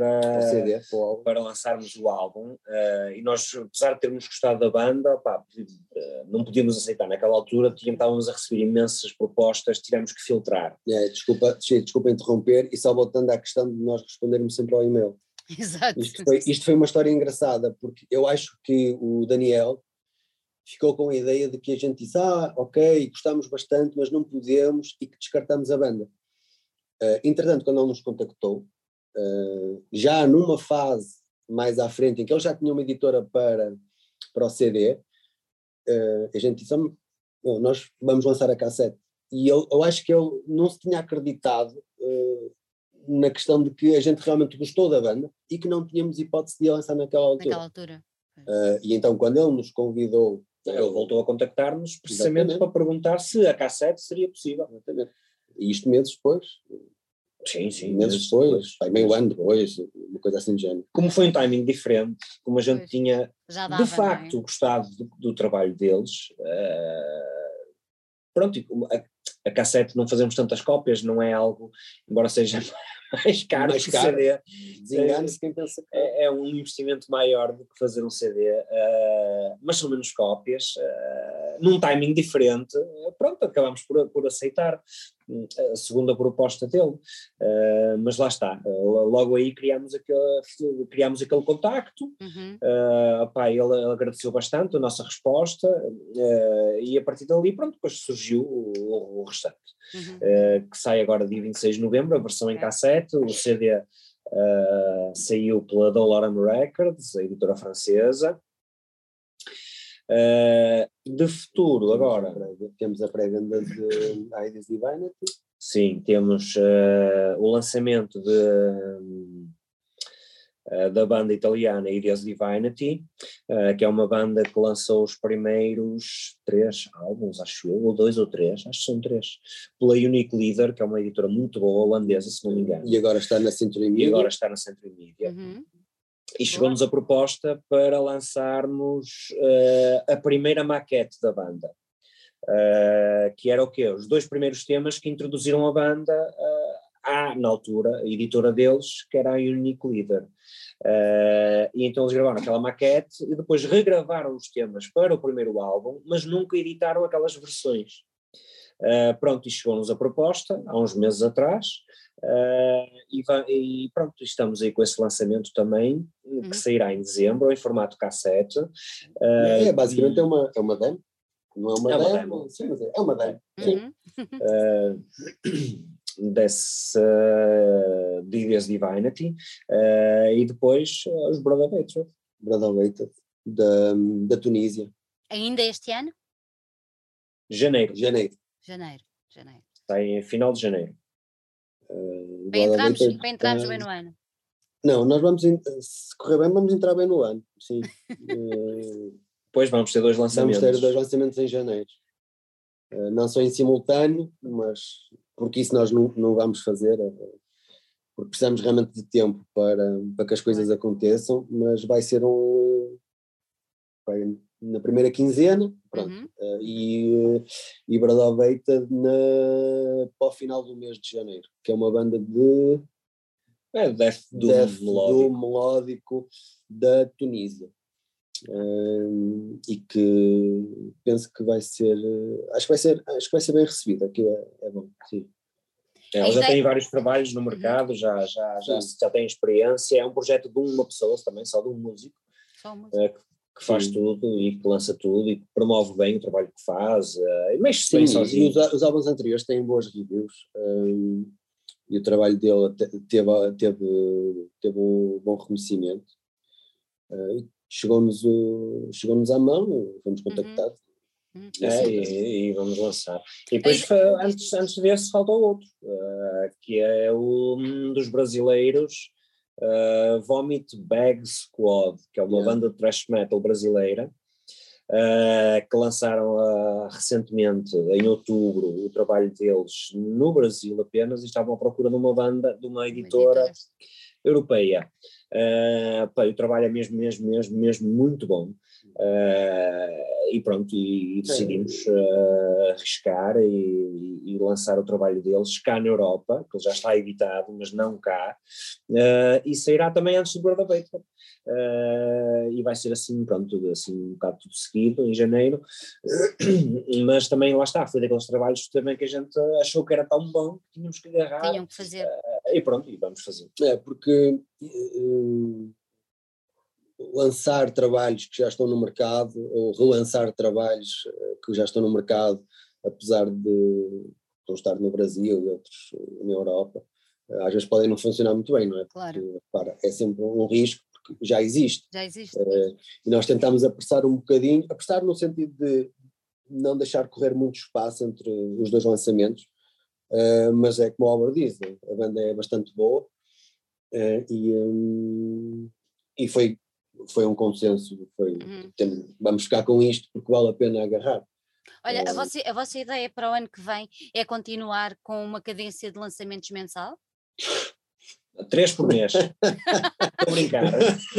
para lançarmos o álbum, e nós, apesar de termos gostado da banda, não podíamos aceitar naquela altura, estávamos a receber imensas propostas, tivemos que filtrar. Desculpa interromper, e só voltando à questão de nós respondermos sempre ao e-mail. Exato. Isto foi uma história engraçada, porque eu acho que o Daniel ficou com a ideia de que a gente disse, ok, gostamos bastante, mas não podemos, e que descartamos a banda. Entretanto, quando ele nos contactou, já numa fase mais à frente, em que ele já tinha uma editora para o CD, a gente disse, nós vamos lançar a cassete. E eu acho que ele não se tinha acreditado na questão de que a gente realmente gostou da banda e que não tínhamos hipótese de lançar naquela altura. E então, quando ele nos convidou, ele voltou a contactar-nos precisamente para perguntar se a cassete seria possível. Exatamente. E isto meses depois? Sim. Meses depois, meio ano depois, uma coisa assim de género. Como foi um timing diferente, como a gente tinha dava, de facto gostado do trabalho deles, pronto, a cassete não fazemos tantas cópias, não é algo, embora seja mais caro que o CD, desengane-se quem pensa que é um investimento maior do que fazer um CD, mas são menos cópias, num timing diferente, pronto, acabamos por aceitar a segunda proposta dele, mas lá está, logo aí criámos aquele contacto, ele agradeceu bastante a nossa resposta, e a partir dali, pronto, depois surgiu o restante, que sai agora dia 26 de novembro, a versão em cassete, o CD saiu pela Dolorum Records, a editora francesa. De futuro agora temos a pré-venda de Ideas Divinity. Sim, temos o lançamento da banda italiana Ideas Divinity, que é uma banda que lançou os primeiros 3 álbuns, acho eu, ou 2 ou 3, acho que são 3, pela Unique Leader, que é uma editora muito boa, holandesa, se não me engano. E agora está na Century Media. E chegou-nos a proposta para lançarmos a primeira maquete da banda, que era o quê? Os 2 primeiros temas que introduziram a banda na altura, a editora deles, que era a Unique Leader. E então eles gravaram aquela maquete e depois regravaram os temas para o primeiro álbum, mas nunca editaram aquelas versões. Pronto, e chegou-nos a proposta, há uns meses atrás, e pronto, estamos aí com esse lançamento também, que sairá em dezembro, em formato cassete. Basicamente é uma demo. Não é uma demo. Sim, mas é uma demo. Desse Ideas Divinity, e depois os Brother Hatred da Tunísia. Ainda este ano? Janeiro. Está em final de janeiro. Para entrarmos bem no ano. Não, nós vamos, se correr bem, vamos entrar bem no ano, sim. Depois vamos ter 2 lançamentos. Vamos ter 2 lançamentos em janeiro. Não só em simultâneo, mas porque isso nós não vamos fazer. porque precisamos realmente de tempo para que as coisas aconteçam, mas vai ser na primeira quinzena, pronto, e Bradoveita para o final do mês de janeiro, que é uma banda de Death Doom melódico da Tunísia. E que penso que vai ser, acho que vai ser bem recebido, aquilo é bom, sim. Ela já tem vários trabalhos no mercado, já tem experiência, é um projeto de uma pessoa também, só de um músico, que faz tudo e que lança tudo e que promove bem o trabalho que faz, e mexe bem sozinho. E os álbuns anteriores têm boas reviews, e o trabalho dele teve um bom reconhecimento. Chegou-nos à mão, fomos contactados. E vamos lançar. E depois, antes desse, faltou outro, que é um dos brasileiros, Vomit Bag Squad, que é uma banda de thrash metal brasileira, que lançaram recentemente, em outubro, o trabalho deles no Brasil apenas, e estavam à procura de uma banda, de uma editora europeia. O trabalho é mesmo muito bom. E pronto, e decidimos arriscar e lançar o trabalho deles cá na Europa, que ele já está editado, mas não cá, e sairá também antes do Bradoveita. E vai ser assim, pronto, assim um bocado tudo seguido em janeiro, mas também lá está, foi daqueles trabalhos também que a gente achou que era tão bom que tínhamos que agarrar. Tinham que fazer. E pronto, e vamos fazer. Porque lançar trabalhos que já estão no mercado, ou relançar trabalhos que já estão no mercado, apesar de não estar no Brasil e outros na Europa, às vezes podem não funcionar muito bem, não é? Claro. Porque, é sempre um risco, porque já existe. E nós tentamos apressar um bocadinho, apressar no sentido de não deixar correr muito espaço entre os dois lançamentos, mas é como o Álvaro diz, a banda é bastante boa, e foi um consenso, vamos ficar com isto porque vale a pena agarrar. Olha, a vossa ideia para o ano que vem é continuar com uma cadência de lançamentos mensal? 3 por mês. Estou a brincar.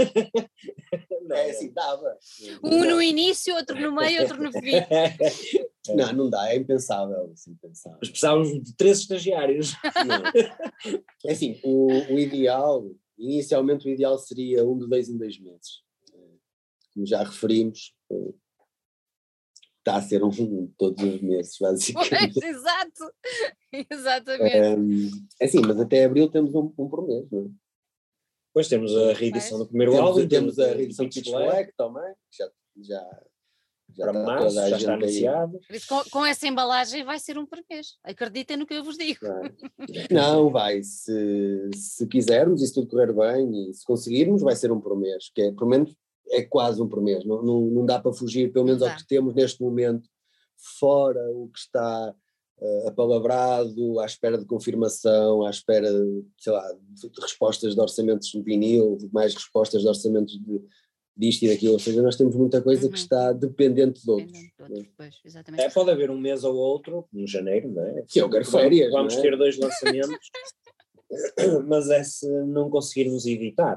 É assim, dava. No início, outro no meio, outro no fim. Não dá, é impensável. Mas precisávamos de 3 estagiários. É assim, o ideal, inicialmente o ideal seria um de 2 em 2 meses. Como já referimos, está a ser todos os meses, basicamente. Pois, exato, exatamente. É assim, mas até abril temos um por mês, não é? Depois temos a reedição do primeiro álbum. Temos a reedição de Pitch Black também, já para março, já está anunciado. Por isso, com essa embalagem vai ser um por mês. Acreditem no que eu vos digo. Não, vai. Se quisermos e se tudo correr bem e se conseguirmos, vai ser um por mês, que é, pelo menos, é quase um por mês. Não dá para fugir, pelo menos ao que temos neste momento, fora o que está apalavrado, à espera de confirmação, à espera, sei lá, de respostas de orçamentos de vinil, mais respostas de orçamentos disto e daquilo, ou seja, nós temos muita coisa que está dependente de outros. Pois, exatamente. Pode haver um mês ou outro, em janeiro, não é? Que eu quero férias. Vamos ter 2 lançamentos, mas é se não conseguirmos evitar.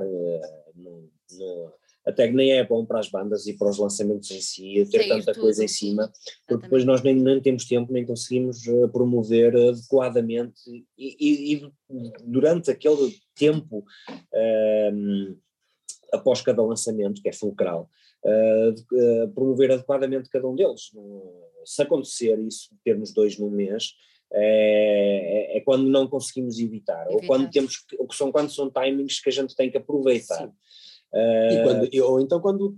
Até que nem é bom para as bandas e para os lançamentos em si, ter tanta coisa em cima, porque depois nós nem temos tempo, nem conseguimos promover adequadamente e durante aquele tempo após cada lançamento, que é fulcral, promover adequadamente cada um deles. Se acontecer isso, termos 2 num mês, é quando não conseguimos evitar. Ou quando são timings que a gente tem que aproveitar. Ou então quando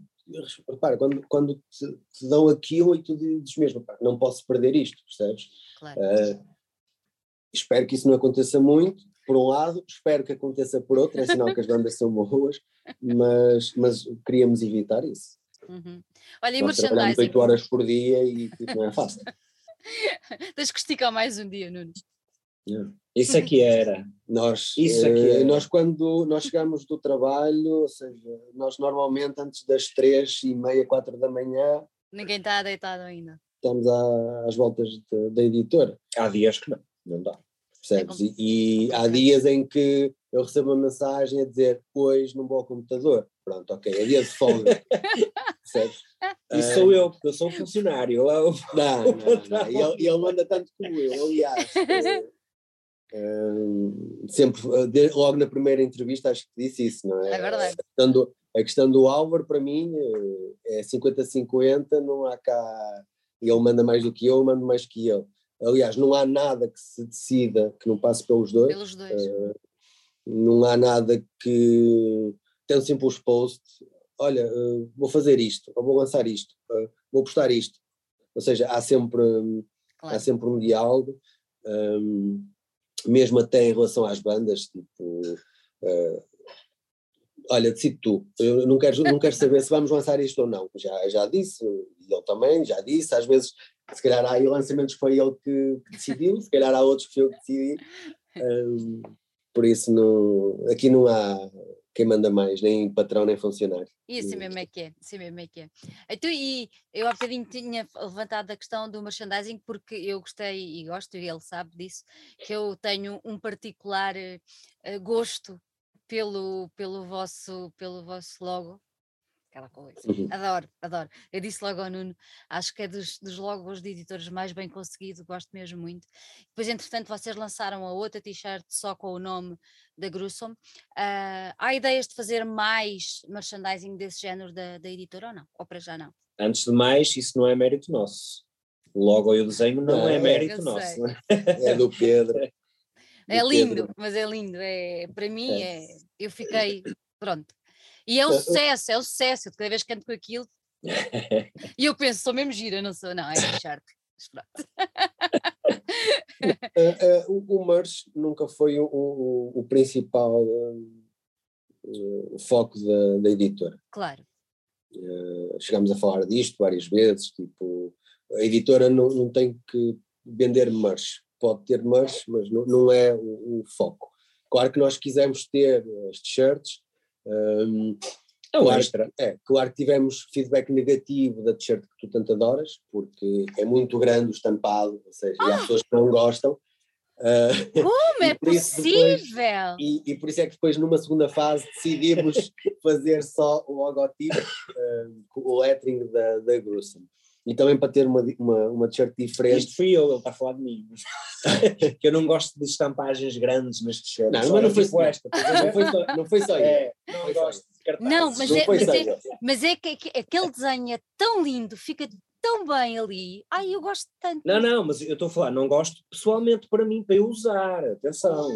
te dão aquilo e tu dizes mesmo, não posso perder isto, percebes? Claro. Espero que isso não aconteça muito, por um lado, espero que aconteça por outro, é sinal que as bandas são boas, mas queríamos evitar isso. Olha, e nós trabalhamos 8 horas por dia e não é fácil. Tens que esticar mais um dia, Nuno. Isso aqui era. Nós quando nós chegamos do trabalho, ou seja, nós normalmente antes das 3h30, 4 da manhã. Ninguém está deitado ainda. Estamos às voltas da editora. Há dias que não dá. Percebes? E há dias em que eu recebo uma mensagem a dizer hoje não vou ao computador. Pronto, ok, é dia de folga. Percebes? E sou eu, porque eu sou um funcionário. Não. Ele manda tanto como eu, aliás. Sempre, logo na primeira entrevista, acho que disse isso, não é? É verdade. A questão do Álvaro, para mim, é 50-50, não há cá. Ele manda mais do que eu mando mais que ele. Aliás, não há nada que se decida que não passe pelos dois. Pelos dois. Não há nada que. Tem um simples post. Olha, vou fazer isto, ou vou lançar isto, vou postar isto. Ou seja, há sempre um diálogo. Mesmo até em relação às bandas, tipo, olha, decide tu, eu não quero saber se vamos lançar isto ou não, já disse, e ele também já disse, às vezes, se calhar há aí lançamentos que foi ele que decidiu, se calhar há outros que foi eu que decidi, por isso aqui não há quem manda mais, nem patrão nem funcionário. E assim mesmo é que é, assim mesmo é que é. Então, e eu há bocadinho tinha levantado a questão do merchandising porque eu gostei e gosto, e ele sabe disso, que eu tenho um particular gosto pelo vosso logo. Aquela coisa. Adoro. Eu disse logo ao Nuno, acho que é dos logos de editores mais bem conseguido, gosto mesmo muito. Depois, entretanto, vocês lançaram a outra t-shirt só com o nome da Gruesome. Há ideias de fazer mais merchandising desse género da editora ou não? Ou para já não? Antes de mais, isso não é mérito nosso. O logo e o desenho não é mérito nosso. É do Pedro. É lindo, mas é lindo. Para mim, eu fiquei, pronto. E é um sucesso, cada vez que canto com aquilo. E eu penso, sou mesmo gira, não sou? Não, é t-shirt. O merch nunca foi o principal foco da editora. Claro. Chegámos a falar disto várias vezes, tipo, a editora não tem que vender merch, pode ter merch, mas não é o foco. Claro que nós quisemos ter as t-shirts. Claro que tivemos feedback negativo da t-shirt que tu tanto adoras, porque é muito grande o estampado, ou seja, e há pessoas que não gostam. Como é possível? E por isso é que depois numa segunda fase decidimos fazer só o logotipo, o lettering da Gruesome. E também para ter uma t-shirt diferente. Isto fui eu, ele está a falar de mim. Que eu não gosto de estampagens grandes nas t-shirts. Não, mas não foi tipo esta. Não foi só eu. Não gosto de cartazes. Não, mas é que aquele desenho é tão lindo, fica tão bem ali. Ai, eu gosto tanto. Não, mas eu estou a falar, não gosto pessoalmente para mim, para eu usar. Atenção.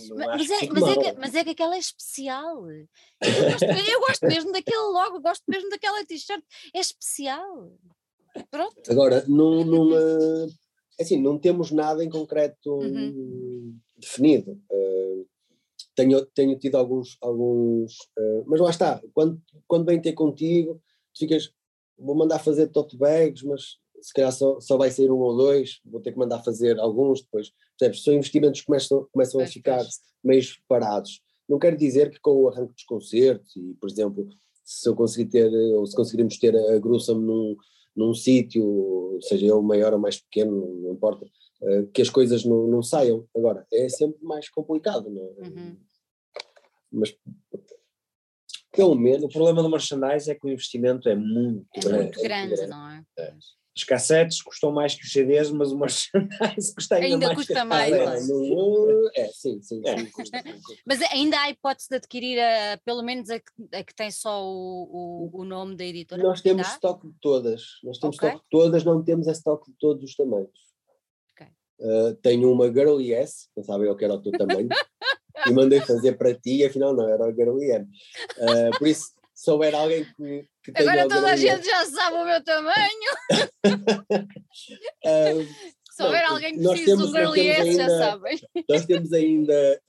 Mas é que aquela é especial. Eu gosto mesmo daquele logo, gosto mesmo daquela t-shirt. É especial. Pronto. Agora, assim, não temos nada em concreto definido. Tenho tido alguns mas lá está, quando vem ter contigo, tu ficas, vou mandar fazer tote bags, mas se calhar só vai sair um ou dois, vou ter que mandar fazer alguns depois. Percebes? São investimentos que começam a ficar meio parados. Não quero dizer que com o arranque dos concertos, e por exemplo, se eu conseguir ter, ou se conseguirmos ter a Gruesome num sítio, seja ele maior ou mais pequeno, não importa, que as coisas não saiam. Agora, é sempre mais complicado, não é? Mas pelo menos... O problema do merchandise é que o investimento é muito grande, não é? Os cassetes custam mais que os CDs, mas o merchandise custa ainda mais. Custa mais. Sim. Custa. Mas ainda há hipótese de adquirir pelo menos a que tem só o nome da editora? Nós temos estoque de todas. Não temos estoque de todos os tamanhos. Tenho uma Girl Yes, pensava eu que era o teu tamanho, e mandei fazer para ti, e afinal não, era a Girl M. Por isso, se houver alguém que tenha... Agora toda a gente já sabe o meu tamanho. Se houver alguém que precise de um Girl Yes, já sabem. Nós temos ainda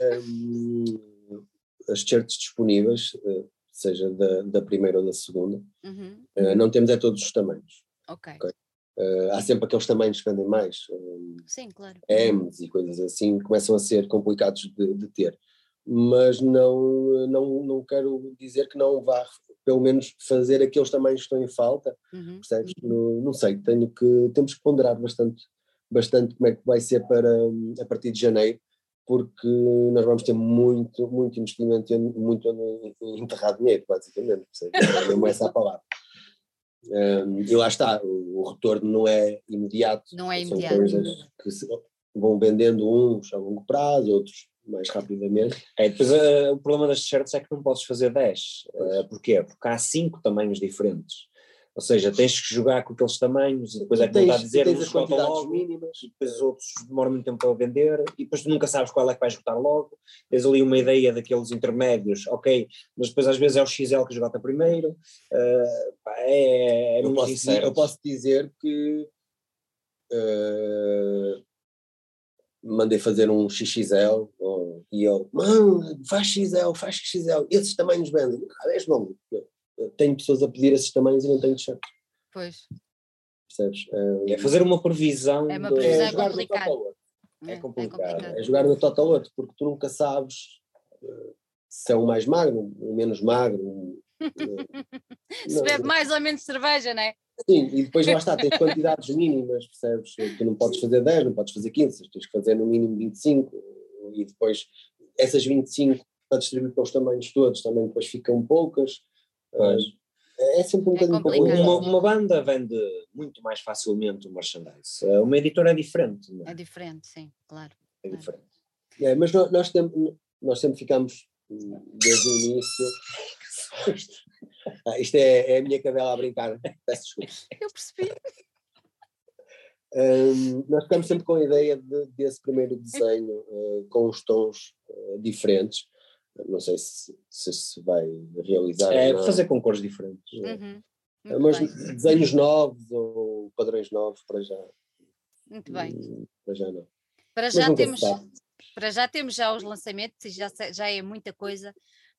as shirts disponíveis, seja da primeira ou da segunda. Não temos todos os tamanhos. Ok. Há sempre aqueles tamanhos que vendem mais. Sim, claro. M's e coisas assim, começam a ser complicados de ter. Mas não quero dizer que não vá, pelo menos, fazer aqueles tamanhos que estão em falta. Percebes? Não sei, temos que ponderar bastante como é que vai ser a partir de janeiro, porque nós vamos ter muito investimento e muito enterrar dinheiro, basicamente, é mesmo essa a palavra. E lá está, o retorno não é imediato, Não é são imediato. coisas que se vão vendendo uns a longo prazo, outros mais rapidamente. Depois o problema das t-shirts é que não podes fazer 10. Porquê? Porque há 5 tamanhos diferentes. Ou seja, tens que jogar com aqueles tamanhos e depois é que não está a dizer as quantidades mínimas. E depois os outros demoram muito tempo a vender e depois tu nunca sabes qual é que vai esgotar logo. Tens ali uma ideia daqueles intermédios, ok, mas depois às vezes é o XL que esgota primeiro. Eu posso dizer que mandei fazer um XXL e ele, mano, faz XL, esses tamanhos vendem. És bom. Tenho pessoas a pedir esses tamanhos e não tenho t-shirt. Pois. Percebes? É fazer uma previsão. É uma previsão é jogar complicada. É complicado. É jogar no Total 8, porque tu nunca sabes se é o mais magro, o menos magro. Se bebe mais ou menos cerveja, não é? Sim, e depois lá está, tens quantidades mínimas, percebes? Tu não podes fazer 10, não podes fazer 15, tens que fazer no mínimo 25, e depois essas 25 para distribuir para os tamanhos todos também depois ficam poucas. É sempre um bocadinho complicado. Uma banda vende muito mais facilmente o merchandise. Uma editora é diferente. Não é? É diferente, sim, claro. É diferente. Mas nós sempre ficamos, desde o início. Isto é a minha cadela a brincar, peço desculpa. Eu percebi. Nós ficamos sempre com a ideia desse primeiro desenho com os tons diferentes. Não sei se vai realizar. Fazer com cores diferentes. Mas desenhos novos ou padrões novos para já. Muito bem. Para já não. Para já temos já os lançamentos e já é muita coisa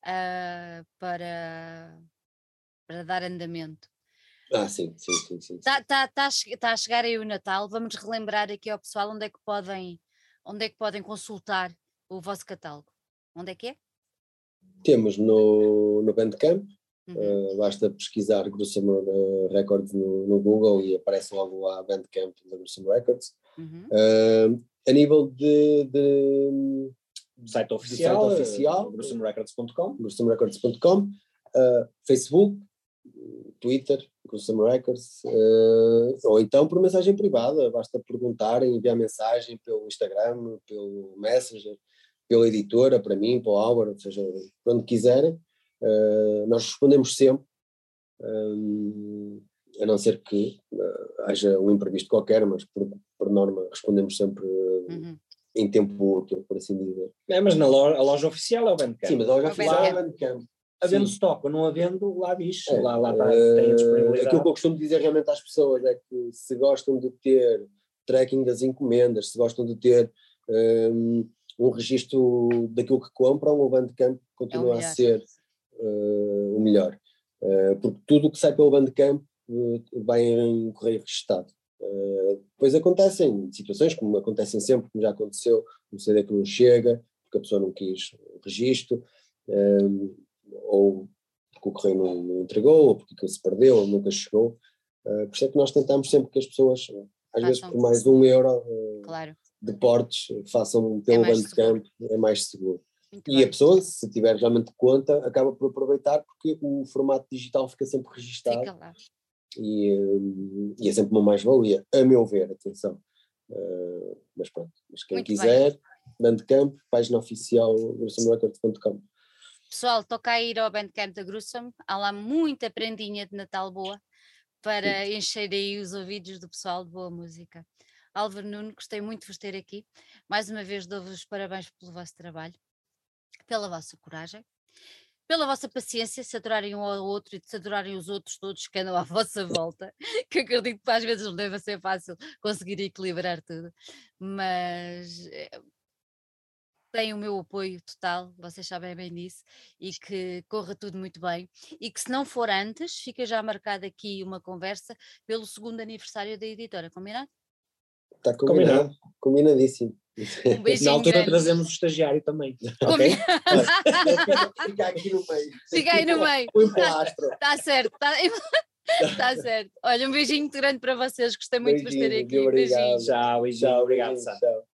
para dar andamento. Sim. Está a chegar aí o Natal. Vamos relembrar aqui ao pessoal onde é que podem consultar o vosso catálogo. Onde é que é? Temos no Bandcamp. Basta pesquisar Gruesome Records no Google e aparece logo lá a Bandcamp da Gruesome Records. A nível de site oficial gruesomerecords.com, Facebook, Twitter, Gruesome Records, ou então por mensagem privada, basta perguntarem, enviar mensagem pelo Instagram, pelo Messenger, pela editora, para mim, para o Álvaro, ou seja, quando quiserem. Nós respondemos sempre, a não ser que haja um imprevisto qualquer, mas por norma respondemos sempre em tempo útil, por assim dizer. Mas a loja oficial é o Bandcamp. Sim, mas a loja oficial é o Bandcamp. Havendo stock ou não havendo, lá diz, lá tem a disponibilidade. Aquilo que eu costumo dizer realmente às pessoas é que se gostam de ter tracking das encomendas, se gostam de ter um registro daquilo que compram, o Bandcamp continua a ser o melhor, porque tudo o que sai pelo Bandcamp vai em correio registado. Depois acontecem situações, como acontecem sempre, como já aconteceu, um CD que não chega, porque a pessoa não quis o registro, ou porque o correio não entregou, ou porque aquilo se perdeu, ou nunca chegou. Por isso é que nós tentamos sempre que as pessoas, às vezes por mais de €1 de portes, façam pelo Bandcamp, é mais seguro. A pessoa, se tiver realmente conta, acaba por aproveitar, porque o formato digital fica sempre registado. Fica lá. E é sempre uma mais-valia, a meu ver, atenção. Mas pronto, mas quem quiser, Bandcamp, página oficial, gruesomerecords.com. Pessoal, toca a ir ao Bandcamp da Gruesome, há lá muita prendinha de Natal boa para encher aí os ouvidos do pessoal de boa música. Álvaro Nuno, gostei muito de vos ter aqui. Mais uma vez dou-vos os parabéns pelo vosso trabalho, pela vossa coragem, pela vossa paciência, se adorarem um ao outro e de se adorarem os outros todos que andam à vossa volta, que acredito que às vezes não deve ser fácil conseguir equilibrar tudo, mas têm o meu apoio total, vocês sabem bem disso, e que corra tudo muito bem, e que se não for antes, fica já marcada aqui uma conversa pelo 2º aniversário da editora, combinado? Está combinado. Combinadíssimo. Um beijinho. Na altura grande. trazemos o estagiário também. Ok? Fica aqui no meio. Fica aí no meio. O emplastro. Está certo. Está certo. Olha, um beijinho muito grande para vocês. Gostei muito de vos ter aqui. Obrigado. Beijinhos. Tchau, obrigado. Tchau.